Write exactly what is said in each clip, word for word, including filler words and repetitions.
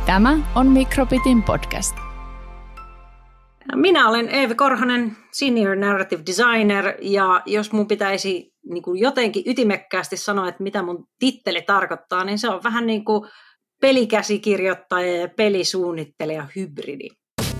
Tämä on Microbitin podcast. Minä olen Eevi Korhonen, Senior Narrative Designer, ja jos mun pitäisi niin kuin jotenkin ytimekkäästi sanoa, että mitä mun titteli tarkoittaa, niin se on vähän niin kuin pelikäsikirjoittaja ja pelisuunnittelija hybridi.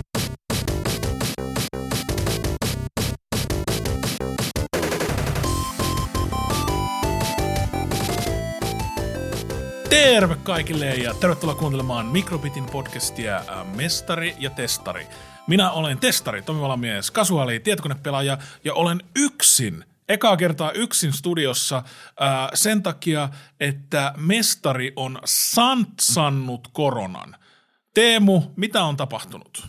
Terve kaikille ja tervetuloa kuuntelemaan Microbitin podcastia äh, Mestari ja Testari. Minä olen testari, Tomi Valamies, kasuaali, tietokonepelaaja ja olen yksin, ekaa kertaa yksin studiossa äh, sen takia, että mestari on santsannut koronan. Teemu, mitä on tapahtunut?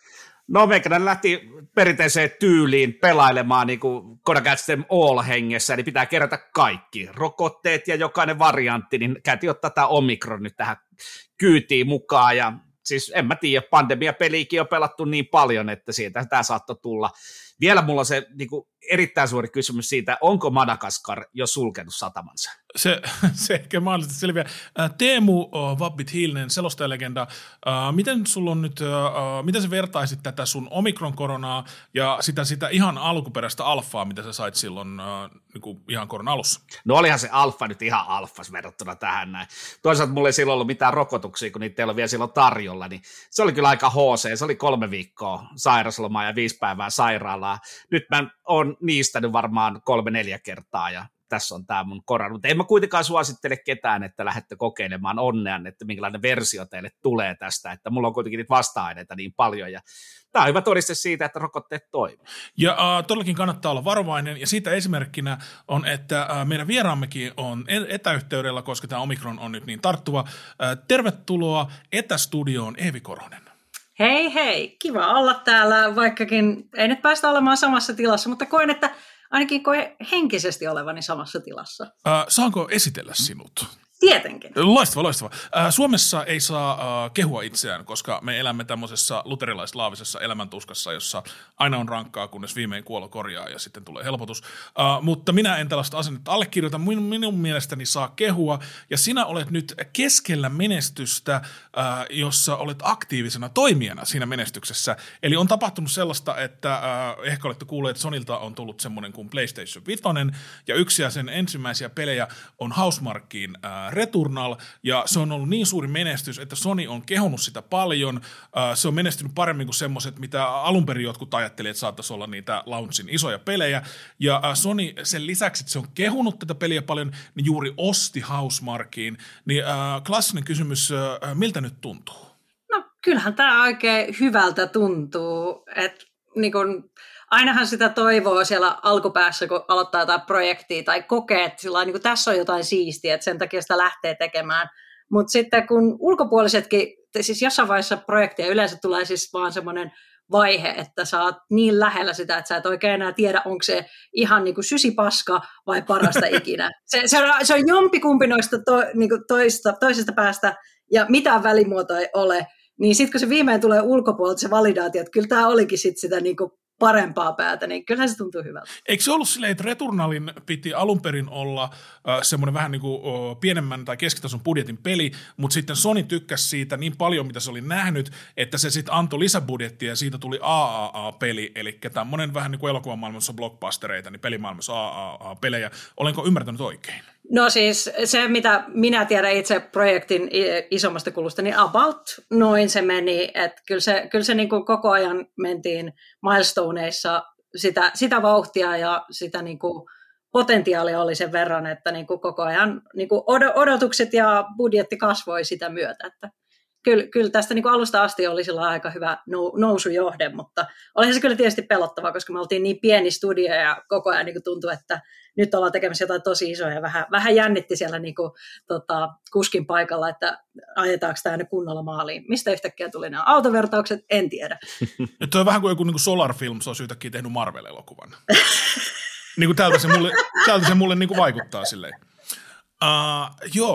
No meikäläinen lähti perinteiseen tyyliin pelailemaan niin kuin God Against Them All-hengessä, eli pitää kerätä kaikki rokotteet ja jokainen variantti, niin käytiin ottaa tämä Omikron nyt tähän kyytiin mukaan, ja siis en mä tiedä, pandemiapeliikin on pelattu niin paljon, että siitä tämä saattoi tulla. Vielä mulla on se niin kuin erittäin suuri kysymys siitä, onko Madagaskar jo sulkenut satamansa? Se, se ehkä mahdollisesti selviää. Teemu Vabbit Hiilinen, selostajalegenda, miten sulla on nyt, miten sä vertaisit tätä sun Omikron-koronaa ja sitä, sitä ihan alkuperäistä alfaa, mitä sä sait silloin niin kuin ihan koronan alussa? No olihan se alfa nyt ihan alfas verrattuna tähän näin. Toisaalta mulla ei silloin ollut mitään rokotuksia, kun niitä ei ollut vielä silloin tarjolla, niin se oli kyllä aika H C. Se oli kolme viikkoa sairaslomaa ja viisi päivää sairaalaa. Nyt mä oon niistänyt varmaan kolme neljä kertaa ja tässä on tämä mun korona, mutta en mä kuitenkaan suosittele ketään, että lähdette kokeilemaan onnean, että minkälainen versio teille tulee tästä, että mulla on kuitenkin niitä vasta-aineita niin paljon, ja tämä on hyvä todiste siitä, että rokotteet toimii. Ja äh, todellakin kannattaa olla varovainen, ja siitä esimerkkinä on, että äh, meidän vieraammekin on etäyhteydellä, koska tämä Omikron on nyt niin tarttuva. Äh, tervetuloa etästudioon, Eevi Korhonen. Hei hei, kiva olla täällä, vaikkakin ei nyt päästä olemaan samassa tilassa, mutta koen, että ainakin koe henkisesti olevani samassa tilassa. Äh, saanko esitellä sinut? Tietenkin. Loistava, loistava. Äh, Suomessa ei saa äh, kehua itseään, koska me elämme tämmöisessä luterilaislaavisessa elämäntuskassa, jossa aina on rankkaa, kunnes viimein kuolo korjaa ja sitten tulee helpotus. Äh, mutta minä en tällaista asennetta allekirjoita. Minun, minun mielestäni saa kehua, ja sinä olet nyt keskellä menestystä, äh, jossa olet aktiivisena toimijana siinä menestyksessä. Eli on tapahtunut sellaista, että äh, ehkä olette kuulleet, että Sonilta on tullut semmoinen kuin PlayStation viisi, ja yksi sen ensimmäisiä pelejä on Housemarquiin äh, Returnal, ja se on ollut niin suuri menestys, että Sony on kehunut sitä paljon. Se on menestynyt paremmin kuin semmoiset, mitä alun perin jotkut ajattelivat, että saattaisi olla niitä launchin isoja pelejä. Ja Sony sen lisäksi, että se on kehunut tätä peliä paljon, niin juuri osti Housemarquiin. Niin äh, klassinen kysymys, äh, miltä nyt tuntuu? No kyllähän tämä oikein hyvältä tuntuu, että niin kun ainahan sitä toivoo siellä alkupäässä, kun aloittaa jotain projektia tai kokee, että sillä niin kuin tässä on jotain siistiä, että sen takia sitä lähtee tekemään. Mutta sitten kun ulkopuolisetkin, siis jossain vaiheessa projektia yleensä tulee siis vaan semmoinen vaihe, että sä oot niin lähellä sitä, että sä et oikein enää tiedä, onko se ihan niin kuin sysipaska vai parasta ikinä. Se, se, on, se on jompikumpi noista to, niin kuin toista, toisesta päästä ja mitään välimuotoa ei ole. Niin sitten kun se viimein tulee ulkopuolelta se validaatio, että kyllä tämä olikin sit sitä niin kuin parempaa päätä, niin kyllähän se tuntuu hyvältä. Eikö se ollut silleen, että Returnalin piti alun perin olla äh, semmoinen vähän niin kuin uh, pienemmän tai keskitason budjetin peli, mutta sitten Sony tykkäsi siitä niin paljon, mitä se oli nähnyt, että se sitten antoi lisäbudjettia ja siitä tuli A A A-peli, eli tämmöinen vähän niin kuin elokuvan maailmassa blockbustereita, niin pelimaailmassa A A A-pelejä. Olenko ymmärtänyt oikein? No siis se, mitä minä tiedän itse projektin isommasta kulusta, niin about noin se meni, että kyllä se, kyllä se niin kuin koko ajan mentiin milestoneissa sitä, sitä vauhtia ja sitä niin kuin potentiaalia oli sen verran, että niin kuin koko ajan niin kuin odotukset ja budjetti kasvoi sitä myötä, että Kyllä, kyllä tästä niin kuin alusta asti oli sillä aika hyvä nousujohde, mutta olihan se kyllä tietysti pelottavaa, koska me oltiin niin pieni studio ja koko ajan niin kuin tuntui, että nyt ollaan tekemässä jotain tosi isoja ja vähän, vähän jännitti siellä niin kuin, tota, kuskin paikalla, että ajetaanko tämä nyt kunnolla maaliin. Mistä yhtäkkiä tuli nämä autovertaukset, en tiedä. Nyt on vähän kuin joku niin kuin Solar Films olisi yhtäkkiä tehnyt Marvel-elokuvan. niin kuin tältä se mulle, tältä se mulle niin kuin vaikuttaa silleen. Uh, joo.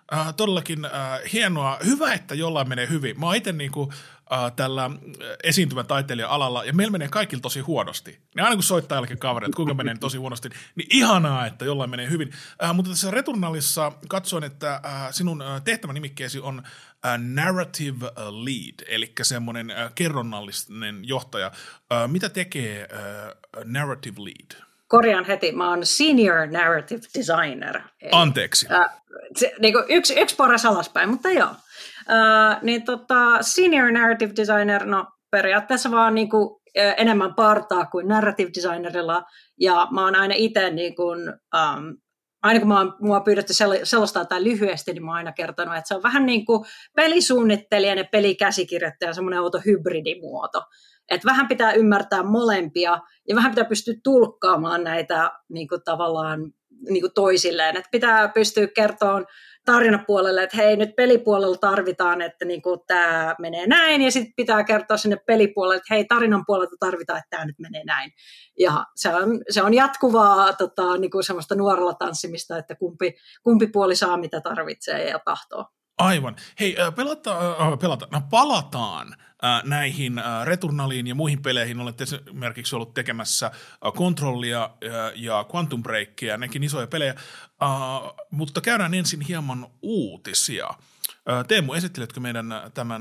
Äh, todellakin äh, hienoa. Hyvä, että jollain menee hyvin. Mä oon itse niinku, äh, tällä esiintyvän taiteilijan alalla, ja meillä menee kaikilla tosi huonosti. Ja aina kun soittaa jälkeen kavereita, kuinka menee tosi huonosti, niin ihanaa, että jollain menee hyvin. Äh, mutta tässä Returnalissa katsoin, että äh, sinun äh, tehtävänimikkeesi on äh, Narrative Lead, eli semmoinen äh, kerronnallinen johtaja. Äh, mitä tekee äh, Narrative Lead? Korjaan heti, mä oon Senior Narrative Designer. Anteeksi. Äh, se, niin kuin yksi, yksi paras alaspäin, mutta joo. Äh, niin tota, Senior Narrative Designer, no periaatteessa vaan niin kuin, äh, enemmän partaa kuin Narrative Designerilla, ja mä oon aina itse, niin kuin, um, aina kun mä oon, mua on pyydetty selostaa tai lyhyesti, niin mä oon aina kertonut, että se on vähän niin kuin pelisuunnittelijan ja pelikäsikirjoittajan semmoinen outo hybridimuoto. Että vähän pitää ymmärtää molempia ja vähän pitää pystyä tulkkaamaan näitä niin kuin tavallaan niin kuin toisilleen. Että pitää pystyä kertomaan tarinapuolelle, että hei, nyt pelipuolella tarvitaan, että niin kuin tämä menee näin, ja sitten pitää kertoa sinne pelipuolelle, että hei, tarinan puolelta tarvitaan, että tämä nyt menee näin. Ja se on, se on jatkuvaa tota, niin kuin semmoista nuorella tanssimista, että kumpi, kumpi puoli saa mitä tarvitsee ja tahtoo. Aivan. Hei, pelata, pelata, no palataan näihin Returnaliin ja muihin peleihin. Olette esimerkiksi ollut tekemässä Controlia ja Quantum Breakia, nekin isoja pelejä, mutta käydään ensin hieman uutisia. Teemu, esitteletkö meidän tämän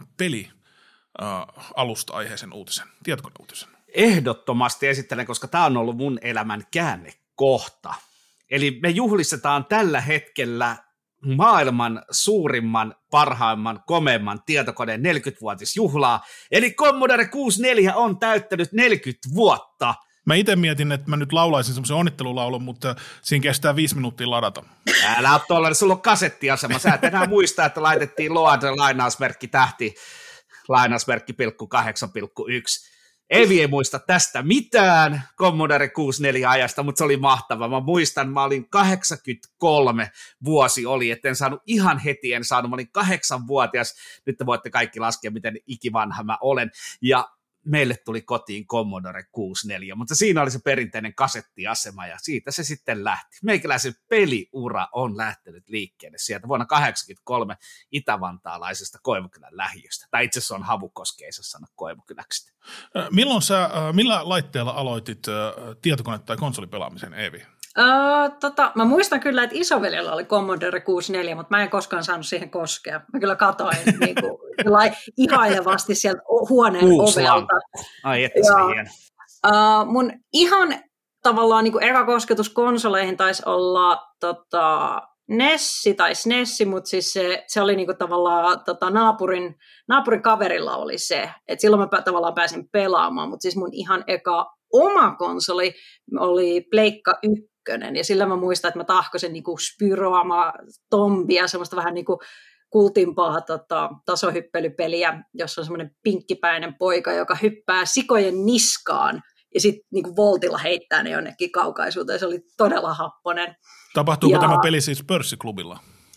peli-alusta-aiheisen uutisen, tietokoneuutisen? Ehdottomasti esittelen, koska tämä on ollut mun elämän käännekohta. Eli me juhlistetaan tällä hetkellä maailman suurimman, parhaimman, komeimman tietokoneen neljäkymmenvuotisjuhlaa, eli Commodore kuusikymmentäneljä on täyttänyt neljäkymmentä vuotta. Mä itse mietin, että mä nyt laulaisin semmoisen onnittelulaulun, mutta siinä kestää viisi minuuttia ladata. Älä ole tollainen, sulla on kasettiasema. Sä et enää muista, että laitettiin Load lainausmerkki tähti, lainausmerkki pilkku kahdeksan pilkku yksi. Evi ei muista tästä mitään Commodore kuusikymmentäneljä-ajasta, mutta se oli mahtava. Mä muistan, mä olin kahdeksankymmentäkolme vuosi oli, etten saanut ihan heti, en saanut, mä olin kahdeksanvuotias. Nyt te voitte kaikki laskea, miten ikivanha mä olen. Ja meille tuli kotiin Commodore kuusikymmentäneljä, mutta siinä oli se perinteinen kasettiasema ja siitä se sitten lähti. Meikäläisen peliura on lähtenyt liikkeelle sieltä vuonna kahdeksankymmentäkolme itävantaalaisesta Koivukylän lähiöstä. Tai itse asiassa on Havukoski, ei saa sanoa Koivukyläksi. Milloin sä, millä laitteella aloitit tietokone- tai konsolipelaamisen, Eevi? Uh, tota, mä muistan kyllä, että isoveljellä oli Commodore kuusikymmentäneljä, mutta mä en koskaan saanut siihen koskea. Mä kyllä katoin niin kuin, ihailevasti sieltä huoneen ovelta. Ai että se hieno. Uh, mun ihan tavallaan niin kuin eka kosketus konsoleihin taisi olla tota, Nessi tai SNESsi, mutta siis se, se oli niin kuin tavallaan tota, naapurin, naapurin kaverilla oli se. Et silloin mä tavallaan pääsin pelaamaan, mutta siis mun ihan eka oma konsoli oli Pleikka yksi. Ja sillä mä muistan, että mä tahkosin niinku Spyroa, Tombia, semmoista vähän niinku kultimpaa tota, tasohyppelypeliä, jossa on semmoinen pinkkipäinen poika, joka hyppää sikojen niskaan ja sitten niinku voltilla heittää ne jonnekin kaukaisuuteen. Se oli todella happonen. Tapahtuuko ja... tämä peli siis pörssiklubilla?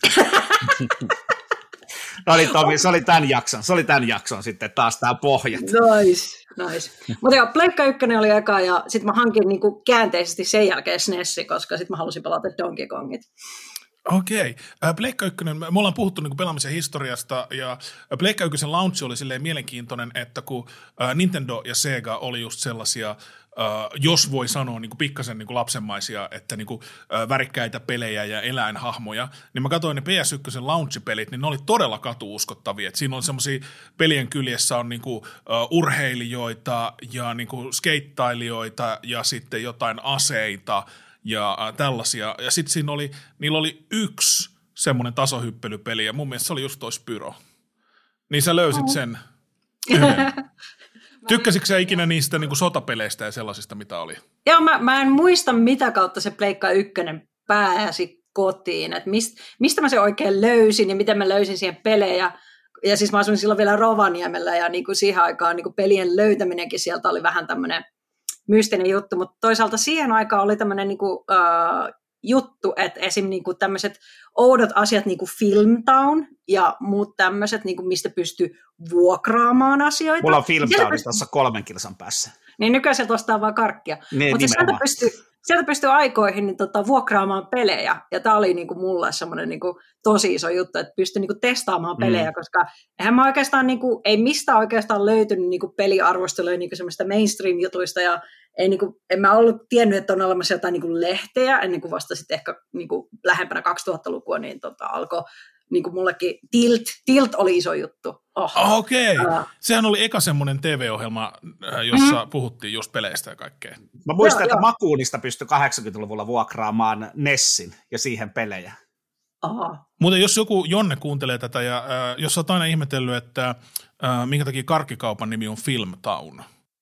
No oli Tomi, se oli tämän jakson, se oli tämän jakson sitten taas tämä pohjat. Nice, nice. Mutta joo, Pleikka ykkönen oli eka ja sitten mä hankin niinku käänteisesti sen jälkeen SNESsi, koska sitten mä halusin pelata Donkey Kongit. Okei. Pleikka ykkönen, me ollaan puhuttu niin kuin pelaamisen historiasta, ja Pleikka ykkösen launch oli silleen mielenkiintoinen, että kun Nintendo ja Sega oli just sellaisia, jos voi sanoa niin kuin pikkasen niin kuin lapsenmaisia, että niin kuin värikkäitä pelejä ja eläinhahmoja, niin mä katsoin ne P S ykkösen launch-pelit, niin ne oli todella katuuskottavia. Et siinä on semmoisia pelien kyljessä on niin kuin urheilijoita ja niin kuin skeittailijoita ja sitten jotain aseita, ja tällaisia. Ja sitten siinä oli, niillä oli yksi semmoinen tasohyppelypeli, ja mun mielestä se oli just toi Spyro. Niin sä löysit sen yhden. Tykkäsitkö sä ikinä niistä niin kuin sotapeleistä ja sellaisista, mitä oli? Joo, mä, mä en muista, mitä kautta se Pleikka ykkönen pääsi kotiin, että mist, mistä mä se oikein löysin ja miten mä löysin siihen pelejä. Ja siis mä asuin silloin vielä Rovaniemellä, ja niin kuin siihen aikaan niin kuin pelien löytäminenkin sieltä oli vähän tämmöinen mystinen juttu, mutta toisaalta siihen aikaan oli tämmöinen niinku, uh, juttu, että esim. Niinku tämmöiset oudot asiat, niinku Filmtown ja muut tämmöiset, niinku, mistä pystyy vuokraamaan asioita. Mulla on Filmtown pystyy... tuossa kolmen kilsan päässä. Niin nykyään sieltä ostaa vaan karkkia. Niin, mutta siis sieltä pystyy, sieltä pystyi aikoihin niin tota, vuokraamaan pelejä, ja tämä oli niin kuin mulle semmoinen niin kuin tosi iso juttu, että pystyi niin kuin testaamaan pelejä, mm. koska eihän mä oikeastaan, niin kuin, ei mistään oikeastaan löytynyt niin kuin peliarvosteluja niin kuin semmoista mainstream-jutuista, ja ei, niin kuin, en mä ollut tiennyt, että on olemassa jotain niin kuin lehteä, ennen kuin vasta sitten ehkä niin kuin lähempänä kaksituhattalukua, niin tota, alkoi niin kuin mullekin Tilt, Tilt oli iso juttu. Oh. Okei, okay. uh. Sehän oli eka semmoinen T V-ohjelma, jossa mm. puhuttiin just peleistä ja kaikkea. Mä muistan, joo, että jo. Makuunista pystyi kahdeksankymmentäluvulla vuokraamaan Nessin ja siihen pelejä. Aha. Muuten jos joku Jonne kuuntelee tätä ja äh, jos olet aina ihmetellyt, että äh, minkä takia karkkikaupan nimi on Filmtown,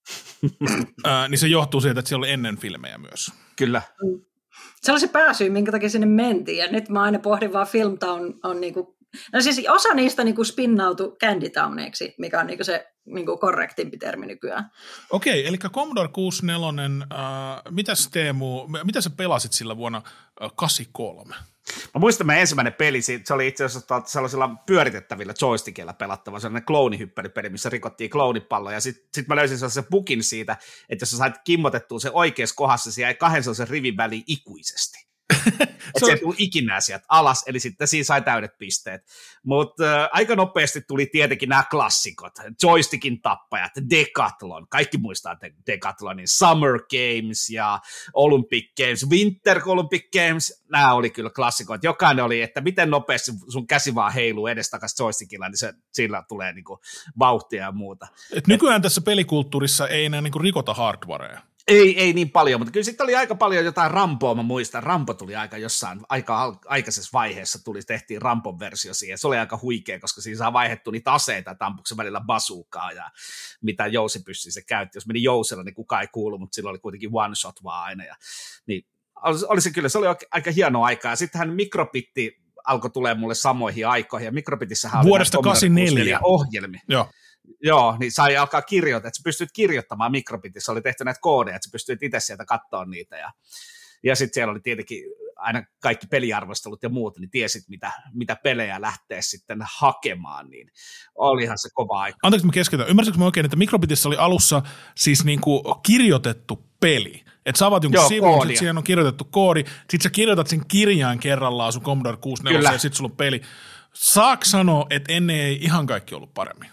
äh, niin se johtuu siitä, että siellä oli ennen filmejä myös. Kyllä. Mm. Se oli se pääsyy, minkä takia sinne mentiin, ja nyt mä aina pohdin vaan Filmtown on niinku, no siis osa niistä niinku spinnautui Candytowneiksi, mikä on niinku se niinku korrektimpi termi nykyään. Okei, eli Commodore kuusikymmentäneljä, äh, mitäs Teemu, mitä sä pelasit sillä vuonna äh, kahdeksankymmentäkolme? Mä muistan, että ensimmäinen peli, se oli itse asiassa sellaisilla pyöritettävillä joystickilla pelattava, sellainen kloonihyppelypeli, missä rikottiin kloonipalloja, ja sitten sit mä löysin sellaisen bukin siitä, että jos sä sait kimmotettua se oikeassa kohdassa, se jäi kahden sellaisen rivin väliin ikuisesti. Että se ei tule ikinä sieltä alas, eli sitten siinä sai täydet pisteet. Mutta äh, aika nopeasti tuli tietenkin nämä klassikot, joystickin tappajat, Decathlon, kaikki muistaa Decathlonin, Summer Games ja Olympic Games, Winter Olympic Games, nämä oli kyllä klassikoit. Jokainen oli, että miten nopeasti sun käsi vaan heiluu edestakaisin joystickilla, niin se, sillä tulee niinku vauhtia ja muuta. Et nykyään Et, tässä pelikulttuurissa ei enää niinku rikota hardwarea. Ei, ei niin paljon, mutta kyllä sitten oli aika paljon jotain Ramboa, mä muistan. Rambo tuli aika jossain, aika aikaisessa vaiheessa tuli, tehtiin Rambon versio siihen. Se oli aika huikea, koska siinä saa vaihdettu niitä aseita, että ampuiko se välillä bazookaa ja mitä jousipyssyä se käytti. Jos meni jousella, niin kukaan ei kuulu, mutta silloin oli kuitenkin one shot vaan aina. Ja, niin, oli se kyllä, se oli aika hieno aika. Ja sittenhän mikrobitti alkoi tulemaan mulle samoihin aikoihin. Ja mikrobitissähän oli vuodesta kahdeksankymmentäneljä ohjelmia. Joo. Joo, niin sai alkaa kirjoittaa, että sä pystyt kirjoittamaan mikrobitissä, oli tehty näitä koodeja, että sä pystyt itse sieltä katsoa niitä, ja, ja sitten siellä oli tietenkin aina kaikki peliarvostelut ja muut, niin tiesit, mitä, mitä pelejä lähtee sitten hakemaan, niin olihan se kova aika. Anteeksi, mä keskeytän. Ymmärsinkö mä oikein, että mikrobitissä oli alussa siis niinku kirjoitettu peli, että sä avaat jonkun sivun, sitten siihen on kirjoitettu koodi, sitten sä kirjoitat sen kirjaan kerrallaan sun Commodore kuusikymmentäneljä, ja sitten sulla on peli. Saako sanoa, että ennen ei ihan kaikki ollut paremmin?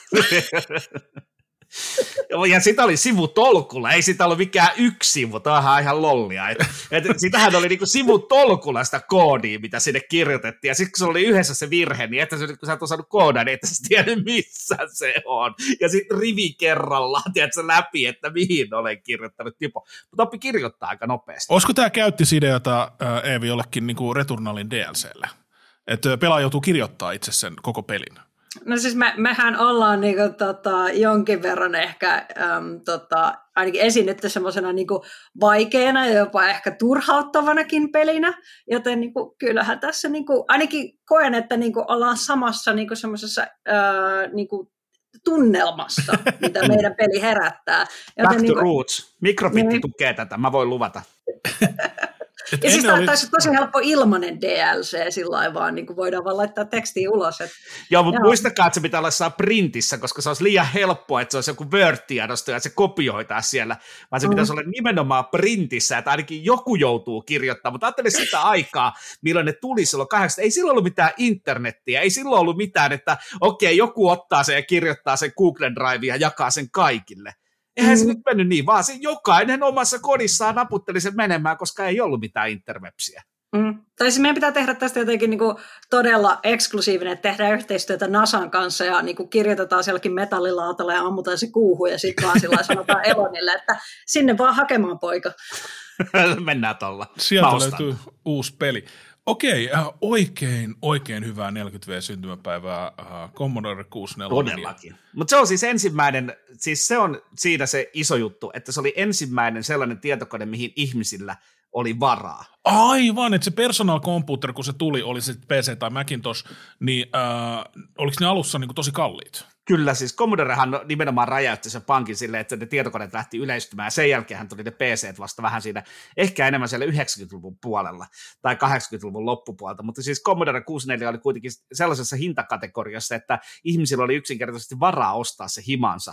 Ja sitä oli sivutolkulla, ei sitä ollut mikään yksi sivu, tämä on ihan lollia. Et, et sitähän oli niinku sivutolkulla sitä koodia, mitä sinne kirjoitettiin, ja sitten kun se oli yhdessä se virhe, niin että kun sä et osannut koodaa, niin et sä tiedä missä se on. Ja sitten rivi kerrallaan, tiedätkö läpi, että mihin olen kirjoittanut tipo. Mutta oppi kirjoittaa aika nopeasti. Olisiko tämä käyttisideota, Eevi, jollekin niinku Returnalin D L C:lle? Että pelaaja joutuu kirjoittaa itse sen koko pelin. No siis me, mehän ollaan niinku, tota, jonkin verran ehkä äm, tota, ainakin esinnetty semmoisena niinku, vaikeana ja jopa ehkä turhauttavanakin pelinä, joten niinku, kyllähän tässä niinku, ainakin koen, että niinku, ollaan samassa niinku, semmoisessa äh, niinku, tunnelmassa, mitä meidän peli herättää. Joten, Back to niinku, roots. Mikrobitti niin, tukee tätä, mä voin luvata. Ja siis tämä oli tosi, tosi helppo ilmainen D L C, sillä lailla vaan niin voidaan vaan laittaa tekstiä ulos. Et, joo, mutta joo. Muistakaa, että se pitää olla saa printissä, koska se olisi liian helppoa, että se olisi joku Word-tiedosto ja se kopioitaa siellä, vaan se mm. pitäisi olla nimenomaan printissä, että ainakin joku joutuu kirjoittamaan. Mutta ajattele sitä aikaa, milloin ne tuli silloin kahdeksan. Ei silloin ollut mitään internettiä, ei silloin ollut mitään, että okei, joku ottaa sen ja kirjoittaa sen Google Drive ja jakaa sen kaikille. Eihän se mm. nyt mennyt niin, vaan se jokainen omassa kodissaan naputteli sen menemään, koska ei ollut mitään interwebsiä. Mm. Tai siis meidän pitää tehdä tästä jotenkin niin kuin todella eksklusiivinen, että tehdään yhteistyötä NASAn kanssa ja niin kuin kirjoitetaan sielläkin metallilaatalla ja ammutaan se kuuhun ja sitten vaan sillä sanotaan Elonille, että sinne vaan hakemaan poika. Mennään tuolla. Sieltä löytyy uusi peli. Okei, äh, oikein, oikein hyvää neljäkymmentä vuotta syntymäpäivää äh, Commodore kuusikymmentäneljä. Todellakin. Mutta se on siis ensimmäinen, siis se on siinä se iso juttu, että se oli ensimmäinen sellainen tietokone, mihin ihmisillä oli varaa. Aivan, että se personal computer, kun se tuli, oli se P C tai Macintosh, niin äh, oliko ne alussa niin kuin tosi kalliit? Kyllä, siis Commodorehan nimenomaan räjäytti sen pankin silleen, että ne tietokoneet lähti yleistymään, ja sen jälkeen tuli ne P C:t vasta vähän siinä, ehkä enemmän siellä yhdeksänkymmentäluvun puolella, tai kahdeksankymmentäluvun loppupuolelta, mutta siis Commodore kuusikymmentäneljä oli kuitenkin sellaisessa hintakategoriassa, että ihmisillä oli yksinkertaisesti varaa ostaa se himansa,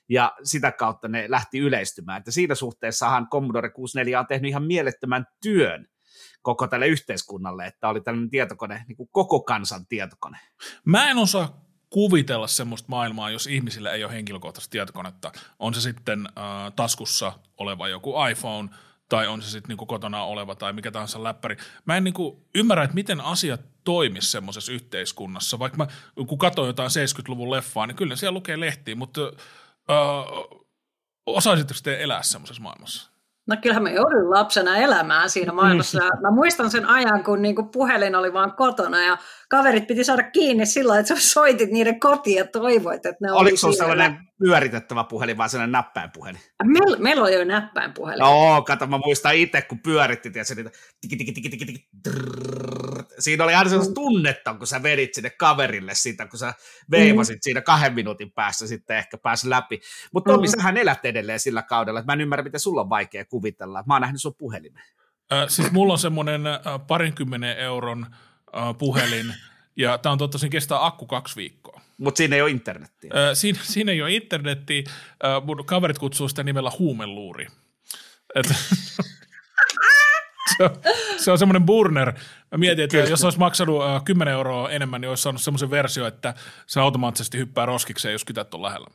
ja sitä kautta ne lähti yleistymään. Että siinä suhteessahan Commodore kuusikymmentäneljä on tehnyt ihan mielettömän työn koko tälle yhteiskunnalle, että oli tällainen tietokone, niin kuin koko kansan tietokone. Mä en osaa kuvitella semmoista maailmaa, jos ihmisillä ei ole henkilökohtaista tietokonetta. On se sitten äh, taskussa oleva joku iPhone, tai on se sitten niinku kotona oleva tai mikä tahansa läppäri. Mä en niinku ymmärrä, että miten asiat toimisi semmoisessa yhteiskunnassa. Vaikka mä, kun katsoin jotain seitsemänkymmentäluvun leffaa, niin kyllä siellä lukee lehtiä, mutta äh, osaisitteko te elää semmoisessa maailmassa? No kyllähän mä joudun lapsena elämään siinä maailmassa. Mä muistan sen ajan, kun niinku puhelin oli vaan kotona ja kaverit piti saada kiinni sillä, että sä soitit niiden kotiin ja toivoit, että ne oli Oliko sulla siellä. sellainen pyöritettävä puhelin vai sellainen näppäinpuhelin? Meillä meil oli jo näppäinpuhelin. Joo, kato, mä muistan itse, kun pyöritti, tiedätkö, niitä tiki, tiki, tiki, tiki, tiki, trrrr. Siinä oli aina sellaista tunnetta, kun sä vedit sinne kaverille sitä, kun sä veivasit mm. siinä kahden minuutin päässä sitten ehkä pääsi läpi. Mutta Tommi, mm. sähän elät edelleen sillä kaudella, että mä en ymmärrä, miten sulla on vaikea kuvitella. Mä oon nähnyt sun puhelimen. Äh, siis mulla on semmoinen äh, parinkymmenen euron äh, puhelin, ja tää on totta, siinä kestää akku kaksi viikkoa. Mutta siinä ei ole internettiä. Äh, siinä, siinä ei ole internettiä, äh, mun kaverit kutsuu sitä nimellä huumeluuri. Et, se on, se on semmoinen burner. Mä mietin, että Kyllä. jos olisi maksanut äh, kymmenen euroa enemmän, niin olisi saanut semmoisen versio, että se automaattisesti hyppää roskikseen, jos kytät on lähellä.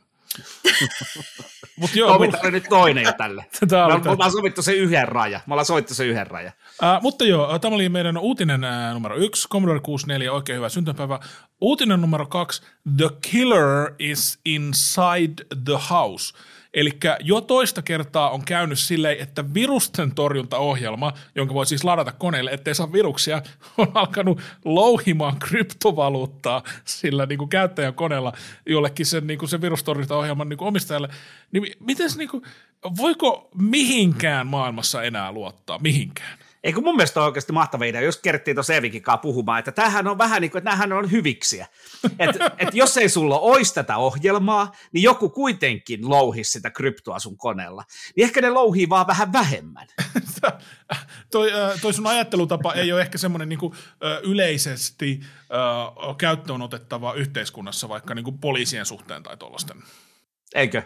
Mut joo, Tomi, mulla... nyt toinen jo tälle. Me ollaan sovittu se yhden raja. Me ollaan sovittu se yhden raja. Uh, mutta joo, tämä oli meidän uutinen uh, numero yksi, Commodore kuusikymmentäneljä, oikein hyvä syntymäpäivä. Uutinen numero kaksi, The Killer is inside the house. Eli jo toista kertaa on käynyt silleen, että virusten torjuntaohjelma, jonka voi siis ladata koneelle, ettei saa viruksia, on alkanut louhimaan kryptovaluuttaa sillä niin kuin käyttäjän koneella jollekin sen, niin kuin sen virustorjuntaohjelman niin kuin omistajalle. Niin mites, niin kuin, voiko mihinkään maailmassa enää luottaa? Mihinkään? Eikö mun mielestä on oikeasti mahtava idea, jos kerttiin tuossa Eevikin kanssa puhumaan, että tämähän on vähän niin kuin, että nämähän on hyviksiä. Että et jos ei sulla olisi tätä ohjelmaa, niin joku kuitenkin louhisi sitä kryptoa sun koneella. Niin ehkä ne louhii vaan vähän vähemmän. toi, toi sun ajattelutapa ei ole ehkä semmoinen niin kuin yleisesti uh, käyttöön otettava yhteiskunnassa, vaikka niin kuin poliisien suhteen tai tuollaisten. Eikö?